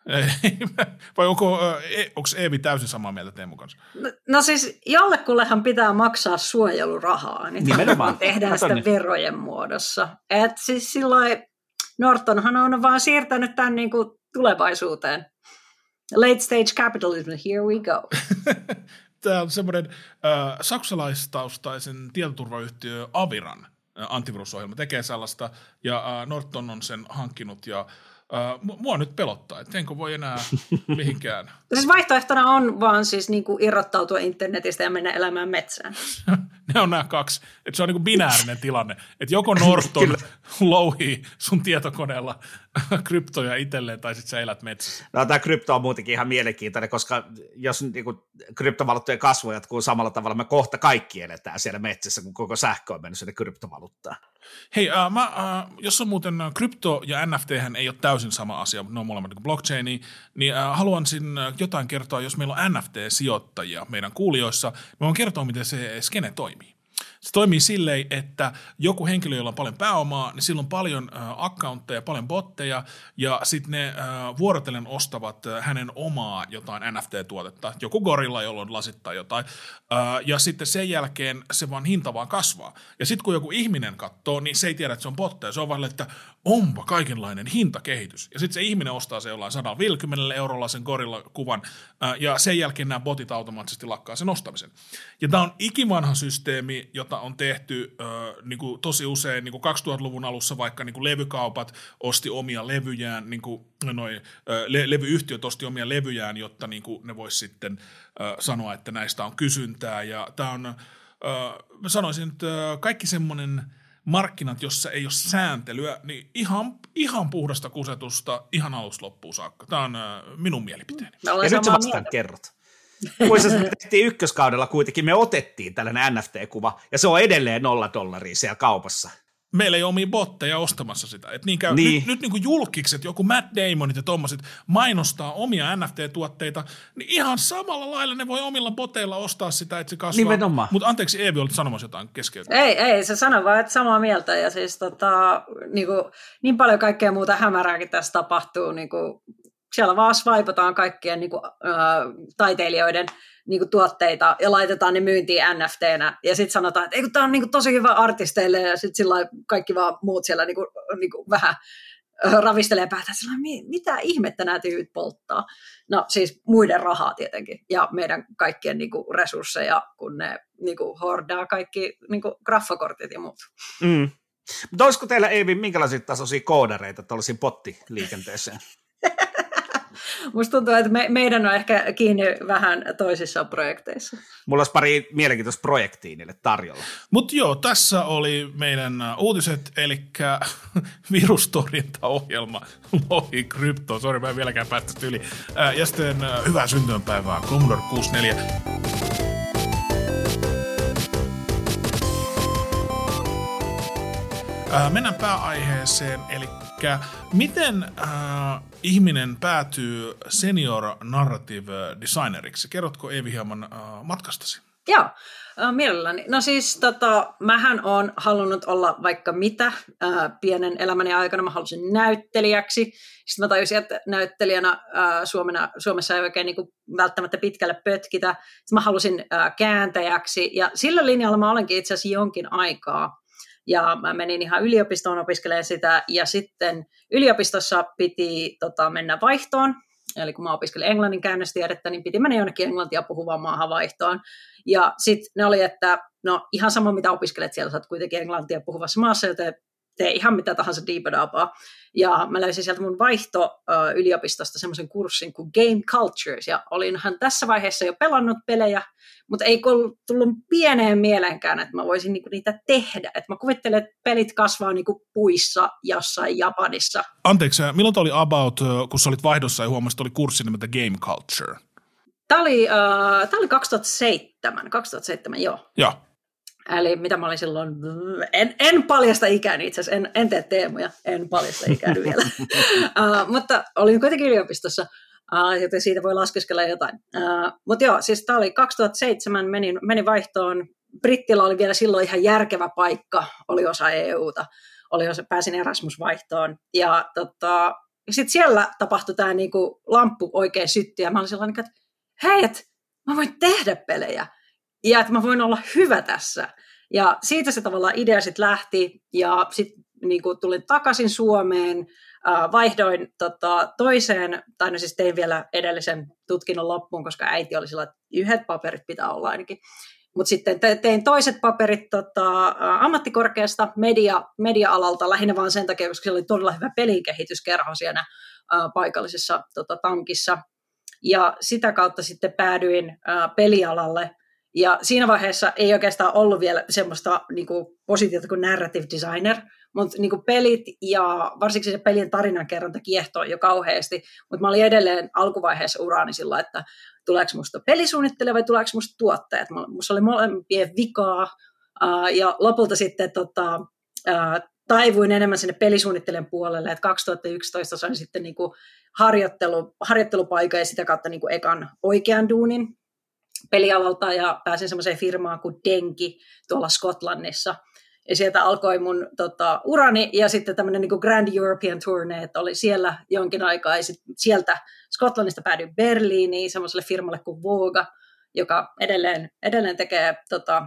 Vai onko, onko Eevi täysin samaa mieltä Teemu kanssa? No, no siis jollekullehan pitää maksaa suojelurahaa, niin nimenomaan tehdään sitä niin. verojen muodossa. Et siis sillain Nortonhan on vaan siirtänyt tämän niin kuin tulevaisuuteen. Late stage capitalism, here we go. Tämä on semmoinen äh, saksalaistaustaisen tietoturvayhtiö Aviran äh, antivirusohjelma tekee sellaista, ja äh, Norton on sen hankkinut, ja Uh, mua nyt pelottaa, että enkä voi enää mihinkään. Siis vaihtoehtona on vaan siis niinku irrottautua internetistä ja mennä elämään metsään. Ne on nämä kaksi. Että se on niinku binäärinen tilanne. Että joko Norton louhii sun tietokoneella kryptoja itselleen tai sitten sä elät metsässä. No tämä krypto on muutenkin ihan mielenkiintoinen, koska jos niinku kryptovaluuttojen kasvu jatkuu samalla tavalla, me kohta kaikki eletään siellä metsässä, kun koko sähkö on mennyt sinne kryptovaluuttaan. Hei, äh, mä, äh, jos on muuten krypto ja N F T-hän ei ole täysin sama asia, mutta ne on molemmat niin blockchainia, niin äh, haluaisin jotain kertoa, jos meillä on N F T-sijoittajia meidän kuulijoissa, mä voin kertoa, miten se skene toimii. Se toimii silleen, että joku henkilö, jolla on paljon pääomaa, niin sillä on paljon äh, accountteja, paljon botteja, ja sitten ne äh, vuorotellen ostavat äh, hänen omaa jotain N F T-tuotetta, joku gorilla, jolla on lasit tai jotain, äh, ja sitten sen jälkeen se vaan hinta vaan kasvaa. Ja sitten kun joku ihminen katsoo, niin se ei tiedä, että se on botteja, se on vaan, että onpa kaikenlainen hintakehitys. Ja sitten se ihminen ostaa se jollain sata viisikymmentä eurolla sen gorilla-kuvan, äh, ja sen jälkeen nämä botit automaattisesti lakkaa sen ostamisen. Ja tämä on ikivanha systeemi, jota on tehty äh, niin kuin tosi usein niin kuin kaksituhattaluvun alussa, vaikka niin kuin levykaupat osti omia levyjään, niin kuin noi, äh, le- levyyhtiöt osti omia levyjään, jotta niin kuin ne vois sitten äh, sanoa, että näistä on kysyntää. Ja tämä on, äh, mä sanoisin, että äh, kaikki semmoinen markkinat, jossa ei ole sääntelyä, niin ihan, ihan puhdasta kusetusta ihan alusta loppuun saakka. Tämä on äh, minun mielipiteeni. Ja nyt sä vastaan kerrot. Muissa se tehtiin ykköskaudella kuitenkin, me otettiin tällainen N F T-kuva, ja se on edelleen nolla dollaria siellä kaupassa. Meillä ei ole omia botteja ostamassa sitä. Et niin käy, niin. Nyt, nyt niin kuin julkikset, joku Matt Damonit ja tommoset mainostaa omia N F T-tuotteita, niin ihan samalla lailla ne voi omilla boteilla ostaa sitä, että se kasvaa. Nimenomaan. Mutta anteeksi, Eevi, olit sanomassa jotain keskeyttä. Ei, ei, se sanoi vaan, että samaa mieltä. Ja siis tota, niin, kuin, niin paljon kaikkea muuta hämärääkin tässä tapahtuu niin kuin siellä vaan swipataan kaikkien niin kuin, äh, taiteilijoiden niin kuin, tuotteita ja laitetaan ne myyntiin N F T:nä. Ja sitten sanotaan, että tämä on niin kuin, tosi hyvä artisteille ja sitten sillä kaikki vaan muut siellä niin kuin, niin kuin, vähän ravistelee päätä, sillä mitä ihmettä nämä tyypit polttaa. No siis muiden rahaa tietenkin ja meidän kaikkien niinku resursseja, kun ne niinku hordaa kaikki niinku graffakortit ja muut. Mm. Mutta olisiko teillä, Eevi, minkälaisia tasoisia koodareita tuollaisiin pottiliikenteeseen? Musta tuntuu, että me, meidän on ehkä kiinni vähän toisissa projekteissa. Mulla olisi pari mielenkiintoista projektia niille tarjolla. Mutta joo, tässä oli meidän uutiset, eli virustorjuntaohjelma Lohi Krypto. Sori, mä en vieläkään päästä yli. Ja sitten hyvää syntymäpäivää Commodore kuusikymmentäneljä. Mennään pääaiheeseen, eli miten äh, ihminen päätyy senior narrative designeriksi? Kerrotko, Eevi, hieman äh, matkastasi? Joo, äh, mielelläni. No siis tota, mähän olen halunnut olla vaikka mitä äh, pienen elämäni aikana. Mä halusin näyttelijäksi. Sitten mä tajusin, että näyttelijänä äh, Suomena, Suomessa ei oikein niin kuin välttämättä pitkälle pötkitä. Sitten mä halusin äh, kääntäjäksi ja sillä linjalla mä olenkin itse asiassa jonkin aikaa. Ja mä menin ihan yliopistoon opiskelemaan sitä, ja sitten yliopistossa piti tota, mennä vaihtoon, eli kun mä opiskelin englannin käännöstiedettä, niin piti mennä jonnekin englantia puhuvaan maahan vaihtoon. Ja sitten ne oli, että no ihan sama mitä opiskelet siellä, sä oot kuitenkin englantia puhuvassa maassa, joten tee ihan mitä tahansa diipadaapaa. Ja mä löysin sieltä mun vaihto-yliopistosta semmoisen kurssin kuin Game Cultures, ja olinhan tässä vaiheessa jo pelannut pelejä, mutta ei tullut pieneen mieleenkään, että mä voisin niinku niitä tehdä. Et mä kuvittelen, että pelit kasvaa niinku puissa jossain Japanissa. Anteeksi, milloin tämä oli about, kun sä olit vaihdossa ja huomasit, että oli kurssi nimeltä Game Culture? Tämä oli, uh, tämä oli kaksituhattaseitsemän, kaksituhattaseitsemän, joo. Joo. Eli mitä mä olin silloin, en, en paljasta ikääni itse asiassa, en, en tee teemoja, en paljasta ikääni vielä. uh, mutta olin kuitenkin yliopistossa. Uh, joten siitä voi laskeskella jotain. Uh, Mutta joo, siis tämä oli kaksituhattaseitsemän, menin, menin vaihtoon. Brittillä oli vielä silloin ihan järkevä paikka, oli osa E U:ta, oli osa, pääsin Erasmus-vaihtoon. Ja tota, sitten siellä tapahtui tämä niinku lamppu oikein sytty, ja mä olin sellainen, että hei, et mä voin tehdä pelejä, ja että mä voin olla hyvä tässä. Ja siitä se tavallaan idea sitten lähti, ja sitten niinku tulin takaisin Suomeen, Uh, vaihdoin tota, toiseen, tai no siis tein vielä edellisen tutkinnon loppuun, koska äiti oli sillä, että yhdet paperit pitää olla ainakin. Mutta sitten te- tein toiset paperit tota, uh, ammattikorkeasta media, media-alalta, lähinnä vaan sen takia, koska siellä oli todella hyvä pelikehityskerho siinä uh, paikallisessa tota, tankissa. Ja sitä kautta sitten päädyin uh, pelialalle. Ja siinä vaiheessa ei oikeastaan ollut vielä semmoista niin kuin positiota kuin narrative designer, mutta niin pelit ja varsinkin se pelien tarinankerronta kiehtoi jo kauheasti, mutta mä olin edelleen alkuvaiheessa uraani sillä, että tuleeko musta pelisuunnittelija vai tuleeko musta tuottajat. Musta oli molempien vikaa ja lopulta sitten tota, taivuin enemmän sinne pelisuunnittelijan puolelle, että kaksituhattayksitoista sain sitten niin kuin harjoittelu, harjoittelupaikan ja sitä kautta niin kuin ekan oikean duunin pelialalta ja pääsin semmoiseen firmaan kuin Denki tuolla Skotlannissa. Ja sieltä alkoi mun tota, urani ja sitten tämmöinen niin kuin Grand European Tourne, että oli siellä jonkin aikaa ja sitten sieltä Skotlannista päädyin Berliiniin semmoiselle firmalle kuin Voga, joka edelleen, edelleen tekee tota,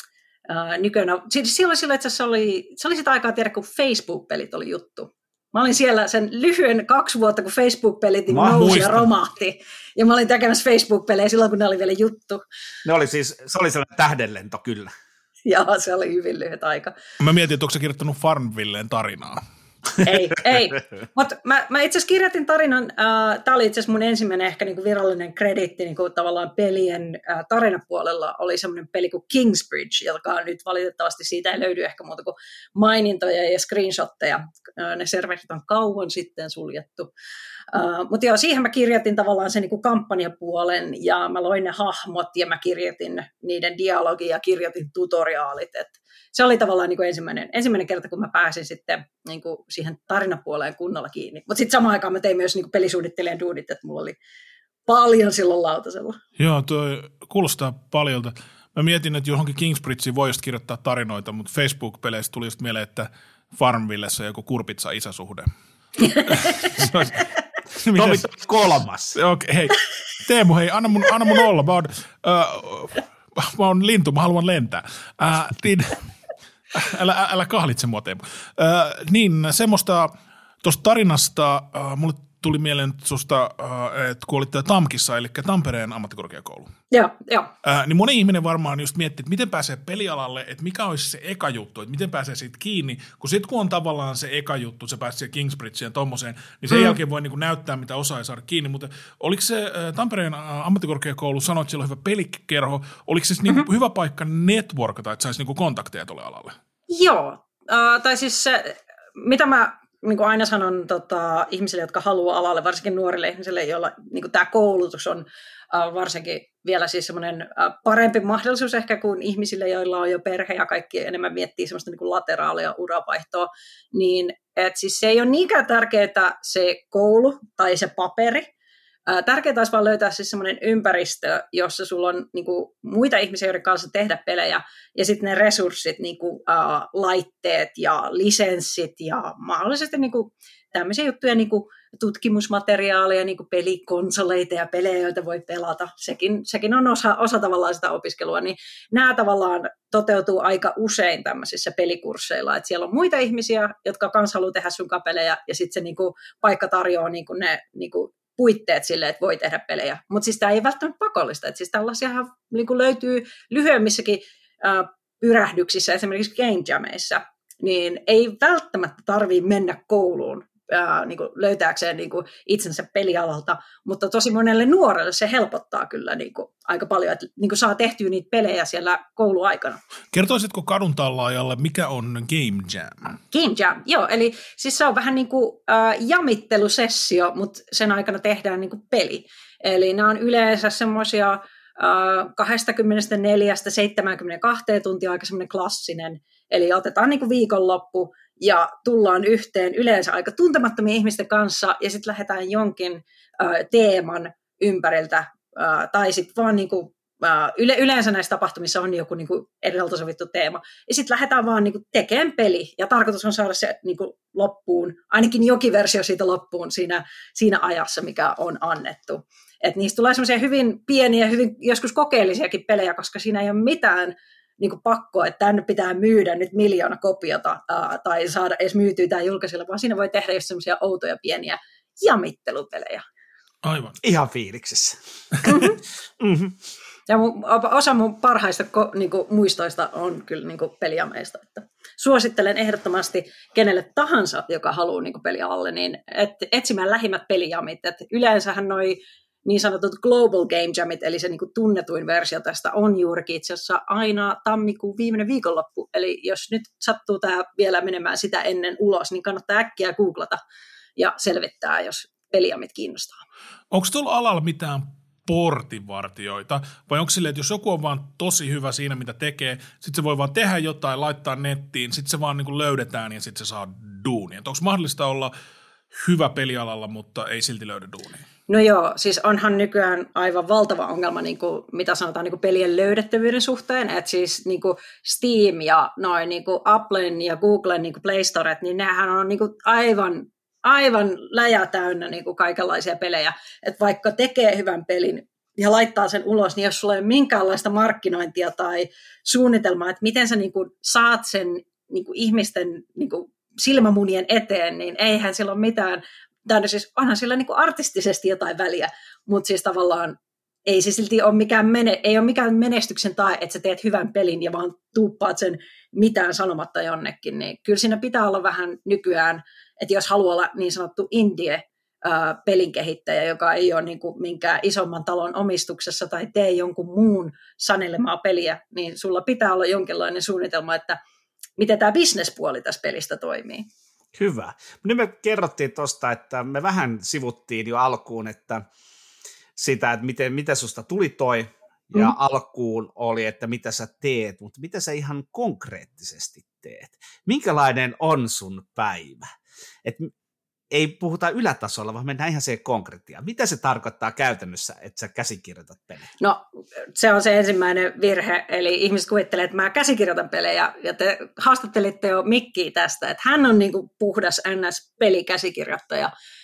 ää, nykyään. Silloin, silloin itse asiassa oli, se oli sitä aikaa tiedä, kun Facebook-pelit oli juttu. Mä olin siellä sen lyhyen kaksi vuotta, kun Facebook-pelit niin nousi ja romahti. Ja mä olin tekemässä Facebook-pelejä silloin, kun ne oli vielä juttu. Ne oli siis, se oli sellainen tähdenlento kyllä. Joo, se oli hyvin lyhyt aika. Mä mietin, että onko sä kirjoittanut Farmvilleen tarinaa? Ei, ei. Mutta mä, mä itse asiassa kirjoitin tarinan, äh, tämä oli itse asiassa mun ensimmäinen ehkä niinku virallinen krediitti niinku tavallaan pelien äh, tarinapuolella, oli semmoinen peli kuin Kingsbridge, joka nyt valitettavasti siitä ei löydy ehkä muuta kuin mainintoja ja screenshotteja. Äh, ne serverit on kauan sitten suljettu. Uh, mutta joo, siihen mä kirjoitin tavallaan sen niin kampanjapuolen ja mä loin ne hahmot ja mä kirjoitin niiden dialogia ja kirjoitin tutoriaalit. Et se oli tavallaan niin kuin ensimmäinen, ensimmäinen kerta, kun mä pääsin sitten niin kuin siihen tarinapuoleen kunnolla kiinni. Mutta sitten samaan aikaan mä tein myös niin kuin pelisuunnittelijan duunit, että mulla oli paljon silloin lautasella. Joo, toi kuulostaa paljolta. Mä mietin, että johonkin Kingsbridgeen voi just kirjoittaa tarinoita, mutta Facebook-peleissä tuli just mieleen, että Farmvillessä on joku kurpitsa-isäsuhde. se, olisi, Tomi kolmas. Okei, okay, hei. Teemu, hei, anna mun, anna mun olla. Mä oon, äh, mä oon lintu, mä haluan lentää. Äh, niin, älä, älä kahlitse mua, Teemu. Äh, niin, semmoista tuosta tarinasta äh, mulle tuli mieleen susta, äh, että kun olit TAMKissa, eli Tampereen ammattikorkeakoulu. Joo, joo. Äh, niin moni ihminen varmaan just miettii, että miten pääsee pelialalle, että mikä olisi se eka juttu, että miten pääsee siitä kiinni, kun sitten kun on tavallaan se eka juttu, se pääsee Kingsbridgeen ja tommoseen, niin sen mm. jälkeen voi niinku näyttää, mitä osaa ja saada kiinni, mutta oliko se äh, Tampereen äh, ammattikorkeakoulu, sanoit, että siellä on hyvä pelikerho, oliko se niinku mm-hmm. hyvä paikka networkata, että saisi niinku kontakteja tuolle alalle? Joo, uh, tai siis se, mitä mä niin kuin aina sanon tota, ihmisille, jotka haluaa alalle, varsinkin nuorille ihmisille, joilla niin tämä koulutus on uh, varsinkin vielä siis semmoinen uh, parempi mahdollisuus ehkä kuin ihmisille, joilla on jo perhe ja kaikki enemmän miettii semmoista niin kuin lateraalia uravaihtoa, niin että siis se ei ole niinkään tärkeää se koulu tai se paperi. Tärkeää olisi vaan löytää siis semmoinen ympäristö, jossa sulla on niin kuin, muita ihmisiä, joiden kanssa tehdä pelejä, ja sitten ne resurssit, niin kuin, uh, laitteet ja lisenssit ja mahdollisesti niin kuin, tämmöisiä juttuja, niin kuin tutkimusmateriaalia, niin kuin pelikonsoleita ja pelejä, joita voi pelata. Sekin, sekin on osa, osa tavallaan sitä opiskelua. Niin nämä tavallaan toteutuu aika usein tämmöisissä pelikursseilla, että siellä on muita ihmisiä, jotka kanssa haluaa tehdä sun pelejä, ja sitten se niin kuin, paikka tarjoaa niin kuin ne niin kuin, puitteet sille, että voi tehdä pelejä. Mutta siis tämä ei välttämättä pakollista. Et siis tällaisiahan niin löytyy lyhyemmissäkin äh, pyrähdyksissä, esimerkiksi game jameissa, niin ei välttämättä tarvitse mennä kouluun äh, niin löytääkseen niin itsensä pelialalta, mutta tosi monelle nuorelle se helpottaa kyllä niin aika paljon, että niin saa tehtyä niitä pelejä siellä kouluaikana. Kertoisitko kadun tallaajalle, mikä on Game Jam? Game Jam, joo, eli siis se on vähän niin kuin äh, jamittelusessio, mutta sen aikana tehdään niin kuin peli. Eli nämä on yleensä semmoisia äh, kaksikymmentäneljä seitsemänkymmentäkaksi tuntia, aika semmoinen klassinen, eli otetaan niin kuin viikonloppu ja tullaan yhteen yleensä aika tuntemattomien ihmisten kanssa ja sitten lähdetään jonkin äh, teeman ympäriltä, äh, tai sitten vaan niin kuin Yle, yleensä näissä tapahtumissa on joku niin kuin edeltä sovittu teema. Ja sitten lähdetään vaan niin kuin tekemään peli. Ja tarkoitus on saada se niin kuin loppuun, ainakin jokin versio siitä loppuun siinä, siinä ajassa, mikä on annettu. Et niistä tulee semmoisia hyvin pieniä, hyvin joskus kokeellisiakin pelejä, koska siinä ei ole mitään niin kuin pakkoa, että tänne pitää myydä nyt miljoona kopiota ää, tai saada edes myytyä tämä julkaisella, vaan siinä voi tehdä just semmoisia outoja pieniä jamittelupelejä. Aivan. Ihan fiiliksissä. Mm-hmm. mm-hmm. Ja mun, osa mun parhaista niin kuin, muistoista on kyllä niin kuin, pelijameista. Että suosittelen ehdottomasti kenelle tahansa, joka haluaa niin kuin, pelialalle, niin et, etsimään lähimmät pelijamit. Et yleensähän noi niin sanotut global game jamit, eli se niin kuin, tunnetuin versio tästä on juurikin itse asiassa aina tammikuun viimeinen viikonloppu. Eli jos nyt sattuu tämä vielä menemään sitä ennen ulos, niin kannattaa äkkiä googlata ja selvittää, jos pelijamit kiinnostaa. Onko tuolla alalla mitään portinvartijoita, vai onko silleen, että jos joku on vaan tosi hyvä siinä, mitä tekee, sitten se voi vaan tehdä jotain, laittaa nettiin, sitten se vaan niin kuin löydetään ja sitten se saa duunia. Onko mahdollista olla hyvä pelialalla, mutta ei silti löydä duunia? No joo, siis onhan nykyään aivan valtava ongelma, niin kuin, mitä sanotaan niin kuin pelien löydettävyyden suhteen, että siis niin kuin Steam ja noin niin kuin Applen ja Googlen niin kuin Play Storet, niin nehän on niin kuin aivan aivan läjä täynnä niin kuin kaikenlaisia pelejä, että vaikka tekee hyvän pelin ja laittaa sen ulos, niin jos sulla ei ole minkäänlaista markkinointia tai suunnitelmaa, että miten sä niin kuin saat sen niin kuin ihmisten niin kuin silmämunien eteen, niin eihän sillä ole mitään, tai siis onhan sillä niin kuin artistisesti jotain väliä, mutta siis tavallaan ei se silti ole mikään, mene, ei ole mikään menestyksen tae, että sä teet hyvän pelin ja vaan tuuppaat sen mitään sanomatta jonnekin, niin kyllä siinä pitää olla vähän nykyään, että jos haluaa olla niin sanottu indie-pelin kehittäjä, joka ei ole niin kuin minkään isomman talon omistuksessa tai tee jonkun muun sanelemaa peliä, niin sulla pitää olla jonkinlainen suunnitelma, että miten tämä bisnespuoli tässä pelistä toimii. Hyvä. Nyt me kerrottiin tuosta, että me vähän sivuttiin jo alkuun, että sitä, että miten, mitä susta tuli toi, ja mm. alkuun oli, että mitä sä teet, mutta mitä sä ihan konkreettisesti teet? Minkälainen on sun päivä? Et ei puhuta ylätasolla, vaan mennään ihan siihen konkretiaan. Mitä se tarkoittaa käytännössä, että sä käsikirjoitat pelejä? No, se on se ensimmäinen virhe, eli ihmiset kuvittelee, että mä käsikirjoitan pelejä, ja te haastattelitte jo Mikkiä tästä, että hän on niin kuin puhdas N S-pelikäsikirjoittaja.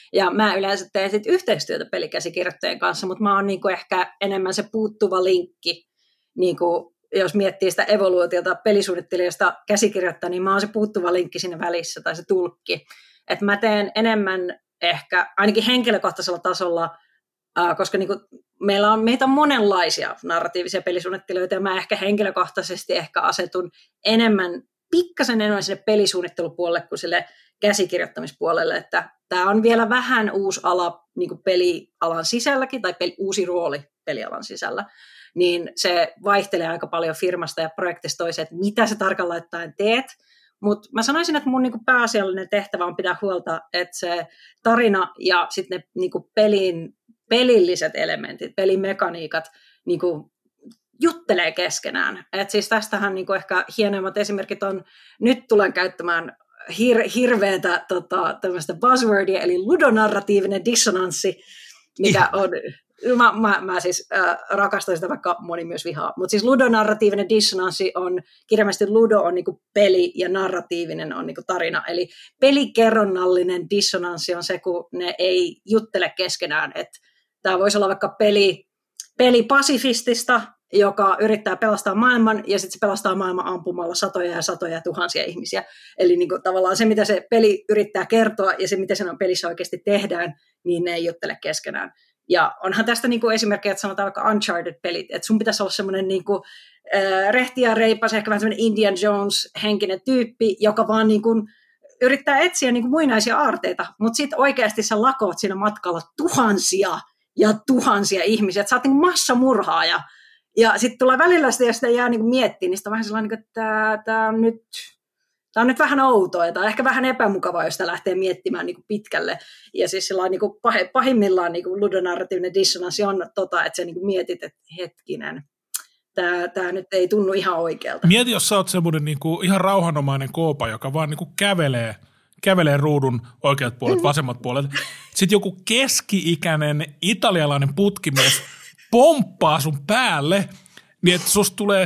Ja mä yleensä teen sit yhteistyötä pelikäsikirjoittajien kanssa, mutta mä oon niinku ehkä enemmän se puuttuva linkki, niinku, jos miettii sitä evoluutiota pelisuunnittelijasta käsikirjoittaa, niin mä oon se puuttuva linkki siinä välissä tai se tulkki. Että mä teen enemmän ehkä, ainakin henkilökohtaisella tasolla, äh, koska niinku meillä on, meitä on monenlaisia narratiivisia pelisuunnittelijoita, ja mä ehkä henkilökohtaisesti ehkä asetun enemmän, pikkasen enemmän sinne pelisuunnittelupuolelle kuin sille käsikirjoittamispuolelle, että tämä on vielä vähän uusi ala niin kuin pelialan sisälläkin, tai peli, uusi rooli pelialan sisällä, niin se vaihtelee aika paljon firmasta ja projektista toiseen, että mitä sä tarkalleen ottaen teet, mutta mä sanoisin, että mun niin kuin pääasiallinen tehtävä on pitää huolta, että se tarina ja sitten ne niin kuin pelin, pelilliset elementit, pelimekaniikat niin kuin juttelee keskenään. Et siis tästähän niinku ehkä hienoimmat esimerkit on, nyt tulen käyttämään hir- hirveätä tota, tämmöistä buzzwordia, eli ludonarratiivinen dissonanssi, mikä on, mä, mä, mä siis äh, rakastan sitä, vaikka moni myös vihaa, mutta siis ludonarratiivinen dissonanssi on, kirjaimellisesti ludo on niinku peli ja narratiivinen on niinku tarina, eli pelikerronnallinen dissonanssi on se, kun ne ei juttele keskenään, että tämä voisi olla vaikka peli, peli pasifistista, joka yrittää pelastaa maailman, ja sitten se pelastaa maailman ampumalla satoja ja satoja ja tuhansia ihmisiä. Eli niin kuin, tavallaan se, mitä se peli yrittää kertoa, ja se, mitä sen pelissä oikeasti tehdään, niin ne ei juttele keskenään. Ja onhan tästä niin kuin esimerkkejä, että sanotaan vaikka Uncharted-pelit, että sun pitäisi olla semmoinen niin kuin, äh, rehti ja reipas, ehkä vähän semmoinen Indiana Jones-henkinen tyyppi, joka vaan niin kuin, yrittää etsiä niin kuin muinaisia aarteita, mutta sitten oikeasti sä lakoot siinä matkalla tuhansia ja tuhansia ihmisiä, että sä oot niin kuin massamurhaaja. Ja sitten tulee välillä sitä, jos sitä jää niin miettimään, niin sitä on vähän sellainen, että tämä, tämä, on nyt, tämä on nyt vähän outoa, tai ehkä vähän epämukavaa, jos sitä lähtee miettimään niin pitkälle. Ja siis sellainen, niin pahimmillaan niin ludonarratiivinen dissonanssi on tota, että sä niin mietit, että hetkinen, tämä, tämä nyt ei tunnu ihan oikealta. Mieti, jos sä oot semmoinen niin ihan rauhanomainen koopa, joka vaan niin kävelee, kävelee ruudun oikeat puolet, mm-hmm. vasemmat puolet. Sitten joku keski-ikäinen italialainen putkimies pomppaa sun päälle, niin että susta tulee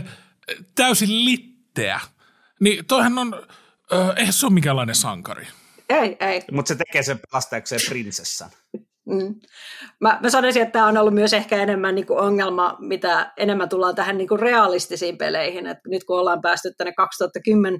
täysin litteä. Niin toihan on, äh, eihän se ole mikäänlainen sankari. Ei, ei. Mutta se tekee sen pelastajakseen prinsessan. Mm. Mä, mä sanoisin, että tämä on ollut myös ehkä enemmän niin kuin ongelma, mitä enemmän tullaan tähän niin kuin realistisiin peleihin. Et nyt kun ollaan päästy tänne kaksituhattakymmenen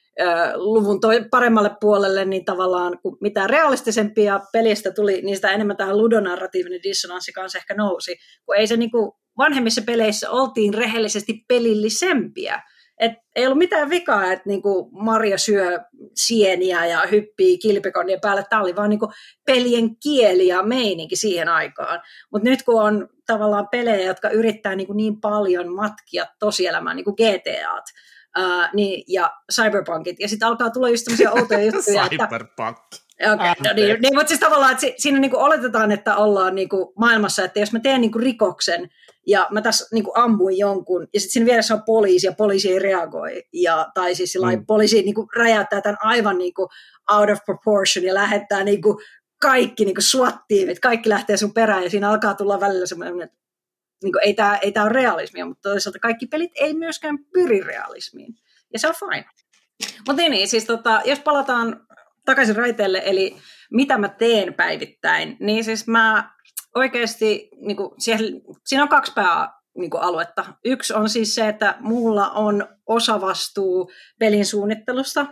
luvun toi paremmalle puolelle, niin tavallaan kun mitä realistisempia pelistä tuli, niin sitä enemmän tämä ludonarratiivinen dissonanssi kanssa ehkä nousi. Kun ei se niin kuin vanhemmissa peleissä oltiin rehellisesti pelillisempiä. Et ei ollut mitään vikaa, että niinku Mario syö sieniä ja hyppii kilpikonnien päälle. Tämä oli vaan niinku pelien kieli ja meininki siihen aikaan. Mutta nyt kun on tavallaan pelejä, jotka yrittää niinku niin paljon matkia tosielämään, niin kuin G T A:t, Uh, niin, ja cyberpunkit, ja sitten alkaa tulla just tämmöisiä outoja juttuja. Cyberpunk. Okay, no niin, niin, mutta siis tavallaan, että si, siinä niinku oletetaan, että ollaan niinku maailmassa, että jos mä teen niinku rikoksen, ja mä tässä niinku ammuin jonkun, ja sitten siinä vieressä on poliisi, ja poliisi ei reagoi, ja, tai siis mm. poliisi niinku räjäyttää tämän aivan niinku out of proportion, ja lähettää niinku kaikki niinku SWAT-tiimit, kaikki lähtee sun perään, ja siinä alkaa tulla välillä semmoinen, että niin ei tämä ei ole realismia, mutta toisaalta kaikki pelit ei myöskään pyri realismiin. Ja se on fine. Mutta niin, niin, siis tota, jos palataan takaisin raiteelle, eli mitä mä teen päivittäin, niin siis mä oikeasti, niin kuin, siellä, siinä on kaksi pääaluetta. Niin Yksi on siis se, että mulla on osavastuu pelin suunnittelusta.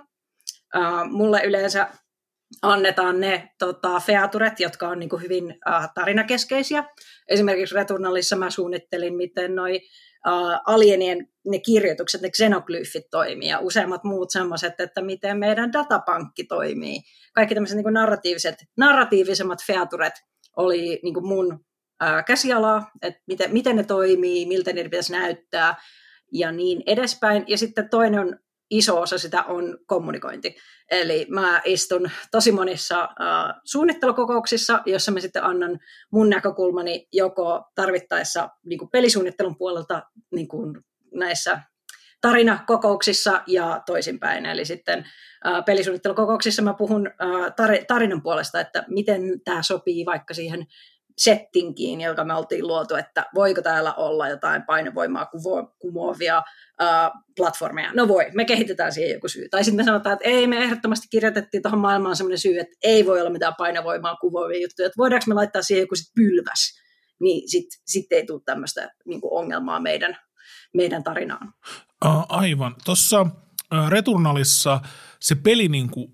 Uh, mulle yleensä annetaan ne tota, featuret, jotka on niin kuin hyvin uh, tarinakeskeisiä. Esimerkiksi Returnalissa mä suunnittelin, miten noi uh, alienien ne kirjoitukset, ne xenoglyfit toimii ja useimmat muut semmoiset, että miten meidän datapankki toimii. Kaikki tämmöiset niin kuin narratiiviset, narratiivisemmat featuret oli niin kuin mun uh, käsialaa, että miten, miten ne toimii, miltä niitä pitäisi näyttää ja niin edespäin. Ja sitten toinen iso osa sitä on kommunikointi. Eli mä istun tosi monissa uh, suunnittelukokouksissa, jossa mä sitten annan mun näkökulmani joko tarvittaessa niin kuin pelisuunnittelun puolelta niin kuin näissä tarinakokouksissa ja toisinpäin. Eli sitten uh, pelisuunnittelukokouksissa mä puhun uh, tar- tarinan puolesta, että miten tämä sopii vaikka siihen settinkiin, joka me oltiin luotu, että voiko täällä olla jotain painovoimaa kumoavia uh, platformeja. No voi, me kehitetään siihen joku syy. Tai sitten me sanotaan, että ei, me ehdottomasti kirjoitettiin tuohon maailmaan sellainen syy, että ei voi olla mitään painovoimaa kumoavia juttuja, että voidaanko me laittaa siihen joku sit pylväs, niin sitten sit ei tule tämmöistä niinku ongelmaa meidän, meidän tarinaan. Uh, aivan. Tuossa uh, Returnalissa se peli niinku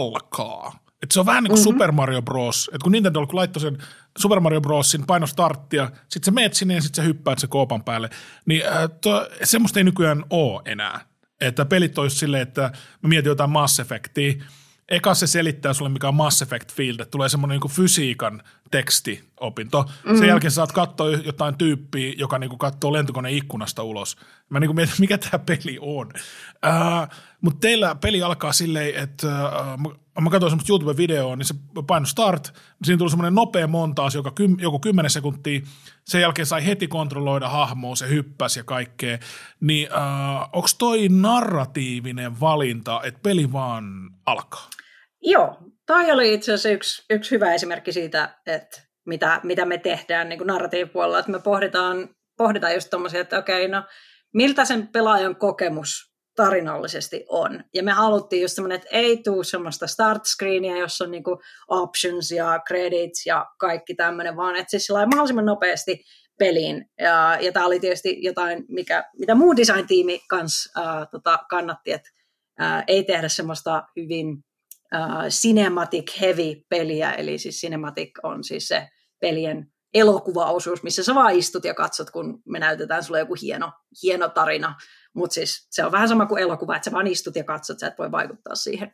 alkaa. Et se on vähän niin kuin mm-hmm. Super Mario Bros. Et kun Nintendo kun laittoi sen Super Mario Brosin paino starttia, sitten sä meet sinne ja sitten sä hyppäät se koopan päälle, niin äh, to, semmoista ei nykyään ole enää. Että pelit olisi silleen, että mä mietin jotain Mass Effectia, eka se selittää sulle, mikä on Mass Effect Field, että tulee semmoinen niin kuin fysiikan tekstiopinto. Mm-hmm. Sen jälkeen saat katsoa jotain tyyppiä, joka niin kuin katsoo lentokoneen ikkunasta ulos. Mä niin kuin mietin, mikä tämä peli on. Äh, Mutta teillä peli alkaa silleen, että äh, mä katsoin semmoista YouTube-videoa, niin se paino start, siinä tuli semmoinen nopea montaasi, joka kym, joku kymmenen sekuntia, sen jälkeen sai heti kontrolloida hahmoa, se hyppäsi ja kaikkea. Niin äh, onko toi narratiivinen valinta, että peli vaan alkaa? Joo, toi oli itse asiassa yksi, yksi hyvä esimerkki siitä, että mitä, mitä me tehdään niin kuin narratiivipuolella, että me pohditaan, pohditaan just tommosia, että okei, no miltä sen pelaajan kokemus tarinallisesti on. Ja me haluttiin just semmoinen, että ei tule semmoista start screenia, jossa on niinku options ja credits ja kaikki tämmöinen, vaan että siis sillä mahdollisimman nopeasti peliin. Ja, ja tämä oli tietysti jotain, mikä, mitä muu design-tiimi kanssa äh, tota, kannatti, että äh, ei tehdä semmoista hyvin äh, cinematic heavy peliä, eli siis cinematic on siis se pelien elokuvaosuus, missä sä vaan istut ja katsot, kun me näytetään sulle joku hieno, hieno tarina. Mutta siis se on vähän sama kuin elokuva, että sä vaan istut ja katsot, sä et voi vaikuttaa siihen.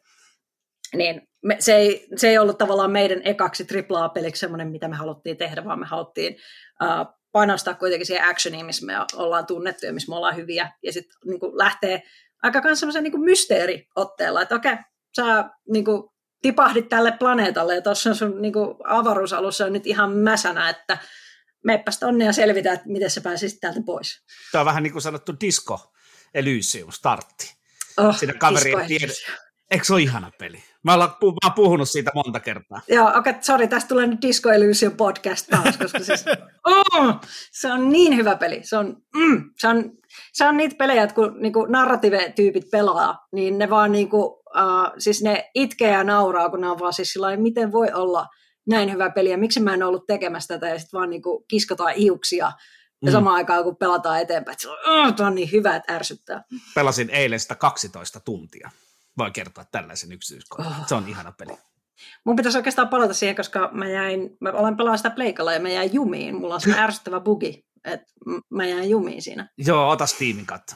Niin me, se, ei, se ei ollut tavallaan meidän ekaksi triple A-peliksi semmoinen, mitä me haluttiin tehdä, vaan me haluttiin uh, panostaa kuitenkin siihen actioniin, missä me ollaan tunnettu ja missä me ollaan hyviä. Ja sitten niin lähtee aika myös semmoisen niin mysteeriotteella, että okei, sä niin kuin, tipahdit tälle planeetalle ja tuossa sun niin kuin, avaruusalussa on nyt ihan mäsänä, että meippäs tonne ja selvitä, että miten sä pääsisit täältä pois. Tämä on vähän niin kuin sanottu Disco Elysium startti. Oh, Siinä kaveri ei tiedä. Eikö se ole ihana peli? Mä oon puhunut siitä monta kertaa. Joo, okei, okay, sori, tästä tulee nyt Disco Elysium podcast taas, koska siis, oh, se on niin hyvä peli. Se on, mm, se on, se on niitä pelejä, että kun niinku narrative-tyypit pelaa, niin ne vaan niinku, uh, siis ne itkee ja nauraa, kun ne on vaan siis sillain, miten voi olla näin hyvä peli, ja miksi mä en ollut tekemässä tätä, ja sitten vaan niinku kiskotaan hiuksia, ja mm. samaan aikaan kun pelataan eteenpäin, että se on, oh, on niin hyvä, että ärsyttää. Pelasin eilen sitä kaksitoista tuntia. Voin kertoa tällaisen yksityiskohdan. Oh. Se on ihana peli. Mun pitäisi oikeastaan palata siihen, koska mä jäin, mä olen pelannut sitä pleikalla ja mä jäin jumiin. Mulla on semmoinen ärsyttävä bugi, että mä jäin jumiin siinä. Joo, ota Steamin katto.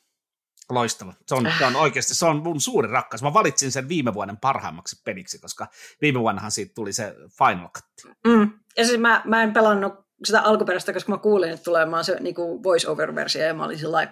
Loistava. Se on, se on oikeasti, se on mun suuri rakkaus. Mä valitsin sen viime vuoden parhaimmaksi peliksi, koska viime vuonnahan siitä tuli se Final Cut. Mm. Ja siis mä, mä en pelannut sitä alkuperäistä, koska mä kuulin, että tulee vaan se niinku voice-over-versio ja mä olin sellainen,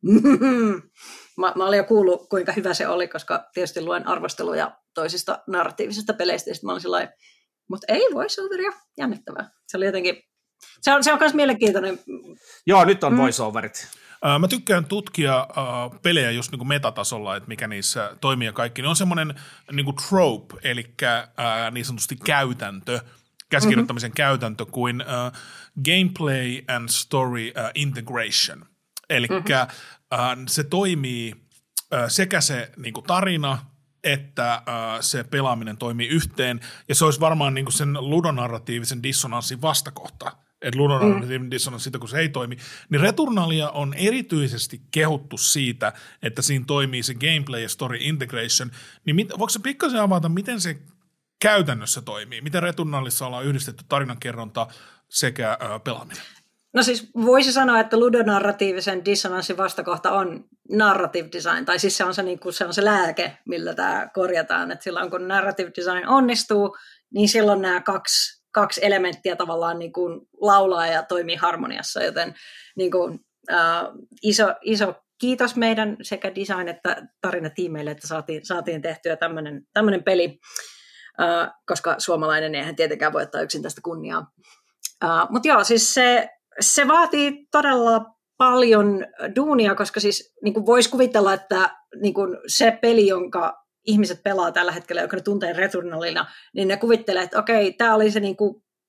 Mä, mä olin jo kuullut, kuinka hyvä se oli, koska tietysti luen arvosteluja toisista narratiivisista peleistä, ja sitten mä olin sellainen, mutta ei voice-overia, jännittävää. Se oli jotenkin, se on, se on myös mielenkiintoinen. Joo, nyt on mm. voice-overit. Mä tykkään tutkia uh, pelejä just niinku metatasolla, että mikä niissä toimii ja kaikki. Ne on semmoinen niinku trope, eli uh, niin sanotusti käytäntö, käsikirjoittamisen mm-hmm. käytäntö, kuin uh, gameplay and story uh, integration. Eli mm-hmm. se toimii sekä se niin kuin tarina, että se pelaaminen toimii yhteen, ja se olisi varmaan niin kuin sen ludonarratiivisen dissonanssin vastakohta, että ludonarratiivinen mm. dissonanssi, siitä kun se ei toimi, niin Returnalia on erityisesti kehuttu siitä, että siinä toimii se gameplay ja story integration, niin mit, voiko se pikkasen avata, miten se käytännössä toimii, miten Returnalissa ollaan yhdistetty tarinankerronta sekä ää, pelaaminen? No siis voisi sanoa, että ludonarratiivisen dissonanssin vastakohta on narrative design, tai siis se on se, niin kuin, se, on se lääke, millä tämä korjataan, että silloin kun narrative design onnistuu, niin silloin nämä kaksi, kaksi elementtiä tavallaan niin kuin laulaa ja toimii harmoniassa, joten niin kuin, äh, iso, iso kiitos meidän sekä design- että tarinatiimeille, että saatiin, saatiin tehtyä tämmöinen, tämmöinen peli, äh, koska suomalainen eihän tietenkään voi ottaa yksin tästä kunniaa. Uh, Mutta joo, siis se, se vaatii todella paljon duunia, koska siis niin voisi kuvitella, että niin kuin se peli, jonka ihmiset pelaa tällä hetkellä, joka ne tuntee Returnalina, niin ne kuvittelee, että okei, tämä oli se niin kuin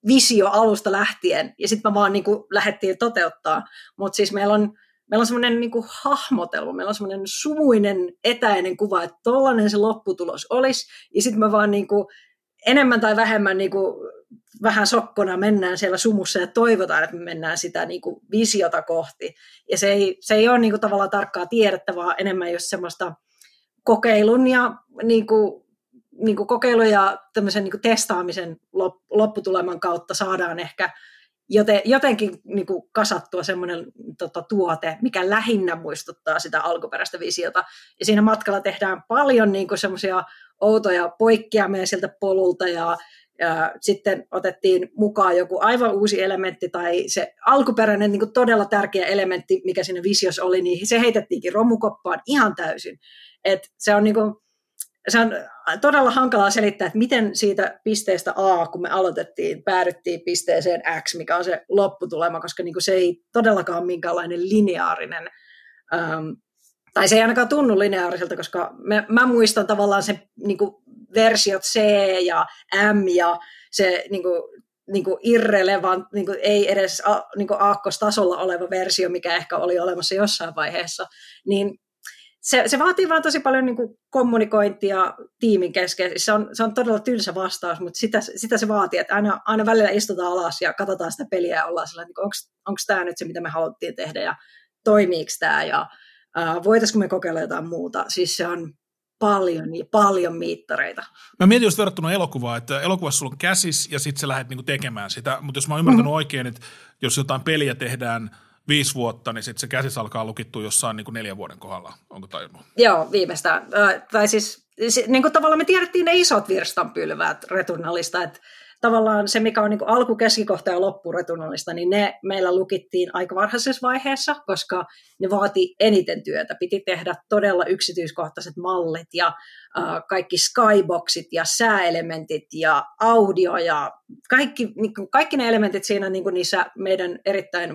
visio alusta lähtien, ja sitten me vaan niin kuin lähdettiin toteuttaa. Mutta siis meillä on, meillä on semmoinen niin kuin hahmotelu, meillä on semmoinen sumuinen, etäinen kuva, että tollainen se lopputulos olisi, ja sitten me vaan niin kuin enemmän tai vähemmän niin kuin vähän sokkona mennään siellä sumussa ja toivotaan, että me mennään sitä niin kuin visiota kohti. Ja se ei, se ei ole niin kuin tavallaan tarkkaa tiedettä, vaan enemmän just semmoista kokeilun ja, niin kuin, niin kuin kokeilun ja tämmöisen niin kuin testaamisen lopputuleman kautta saadaan ehkä joten, jotenkin niin kuin kasattua semmoinen tota, tuote, mikä lähinnä muistuttaa sitä alkuperäistä visiota. Ja siinä matkalla tehdään paljon niin kuin semmoisia outoja poikkeamia sieltä polulta ja Ja sitten otettiin mukaan joku aivan uusi elementti tai se alkuperäinen niin kuin todella tärkeä elementti, mikä siinä visiossa oli, niin se heitettiinkin romukoppaan ihan täysin. Et se, on niin kuin, se on todella hankalaa selittää, että miten siitä pisteestä A, kun me aloitettiin, päädyttiin pisteeseen X, mikä on se lopputulema, koska niin kuin se ei todellakaan ole minkäänlainen lineaarinen, ähm, tai se ei ainakaan tunnu lineaariselta, koska me, mä muistan tavallaan sen niin kuin versiot C ja M ja se niin kuin, niin kuin irrelevant, niin kuin ei edes a, niin kuin aakkostasolla oleva versio, mikä ehkä oli olemassa jossain vaiheessa, niin se, se vaatii vaan tosi paljon niin kuin kommunikointia tiimin kesken. Se on, se on todella tylsä vastaus, mutta sitä, sitä se vaatii, että aina, aina välillä istutaan alas ja katsotaan sitä peliä ja ollaan sellainen, että onko tämä nyt se, mitä me haluttiin tehdä ja toimiiko tämä ja uh, voitaisiko me kokeilla jotain muuta. Siis se on paljon, niin paljon miittareita. Mä mietin just verrattuna elokuvaa, että elokuvassa sulla on käsis ja sitten sä lähdet niinku tekemään sitä, mutta jos mä oon ymmärtänyt mm-hmm. oikein, että jos jotain peliä tehdään viisi vuotta, niin sitten se käsis alkaa lukittua jossain niinku neljän vuoden kohdalla. Onko tajunnut? Joo, viimeistään. Äh, tai siis niin kuin tavallaan me tiedettiin ne isot virstanpylväät Returnalista, että tavallaan se, mikä on niin kuin alku, keskikohta ja loppu Returnalista, niin ne meillä lukittiin aika varhaisessa vaiheessa, koska ne vaati eniten työtä. Piti tehdä todella yksityiskohtaiset mallit ja äh, kaikki skyboxit ja sääelementit ja audio ja kaikki, niin kuin, kaikki ne elementit siinä niin kuin niissä meidän erittäin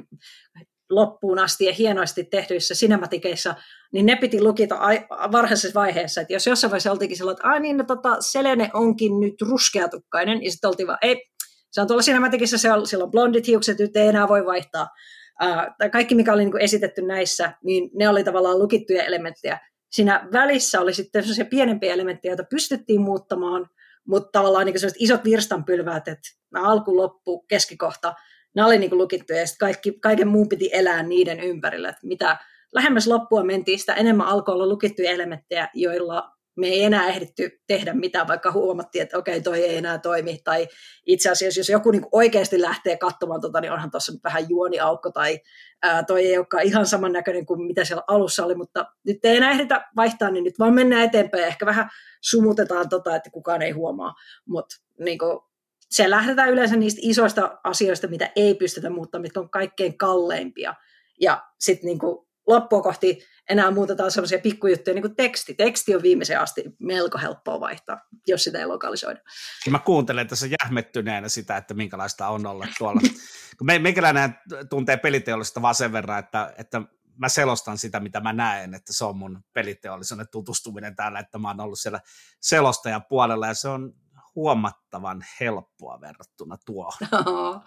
loppuun asti ja hienosti tehdyissä cinematikeissa, niin ne piti lukita varhaisessa vaiheessa, että jos jossain vaiheessa oltiinkin sellainen, että ai niin, no, tota, Selene onkin nyt ruskeatukkainen, ja sitten oltiin vaan, ei, se on tuolla cinematikissa, se on, sillä on blondit hiukset, nyt ei enää voi vaihtaa. Uh, kaikki, mikä oli niin kuin esitetty näissä, niin ne oli tavallaan lukittuja elementtejä. Siinä välissä oli sitten sellaisia pienempiä elementtejä, joita pystyttiin muuttamaan, mutta tavallaan niin sellaiset isot virstanpylväät, että alku, loppu, keskikohta, nämä oli niin kuin lukittuja, ja kaikki, kaiken muun piti elää niiden ympärillä. Että mitä lähemmäs loppua mentiin, sitä enemmän alkoi olla lukittuja elementtejä, joilla me ei enää ehditty tehdä mitään, vaikka huomattiin, että okei, toi ei enää toimi. Tai itse asiassa, jos joku niin kuin oikeasti lähtee katsomaan, tota, niin onhan tuossa nyt vähän juoniaukko, tai ää, toi ei olekaan ihan samannäköinen kuin mitä siellä alussa oli, mutta nyt ei enää ehditä vaihtaa, niin nyt vaan mennään eteenpäin, ja ehkä vähän sumutetaan tota, että kukaan ei huomaa. Mutta niin kuin se lähdetään yleensä niistä isoista asioista, mitä ei pystytä muuttamaan, mitkä on kaikkein kalleimpia. Ja sitten niin loppua kohti enää muutetaan sellaisia pikkujuttuja, niin kuin teksti. Teksti on viimeiseen asti melko helppoa vaihtaa, jos sitä ei lokalisoida. Mä kuuntelen tässä jähmettyneenä sitä, että minkälaista on olla tuolla. Me, meikäläinen tuntee peliteollisuutta vaan sen verran, että, että mä selostan sitä, mitä mä näen, että se on mun peliteollisuuden tutustuminen täällä, että mä oon ollut siellä selostajan puolella, ja se on huomattavan helppoa verrattuna tuohon.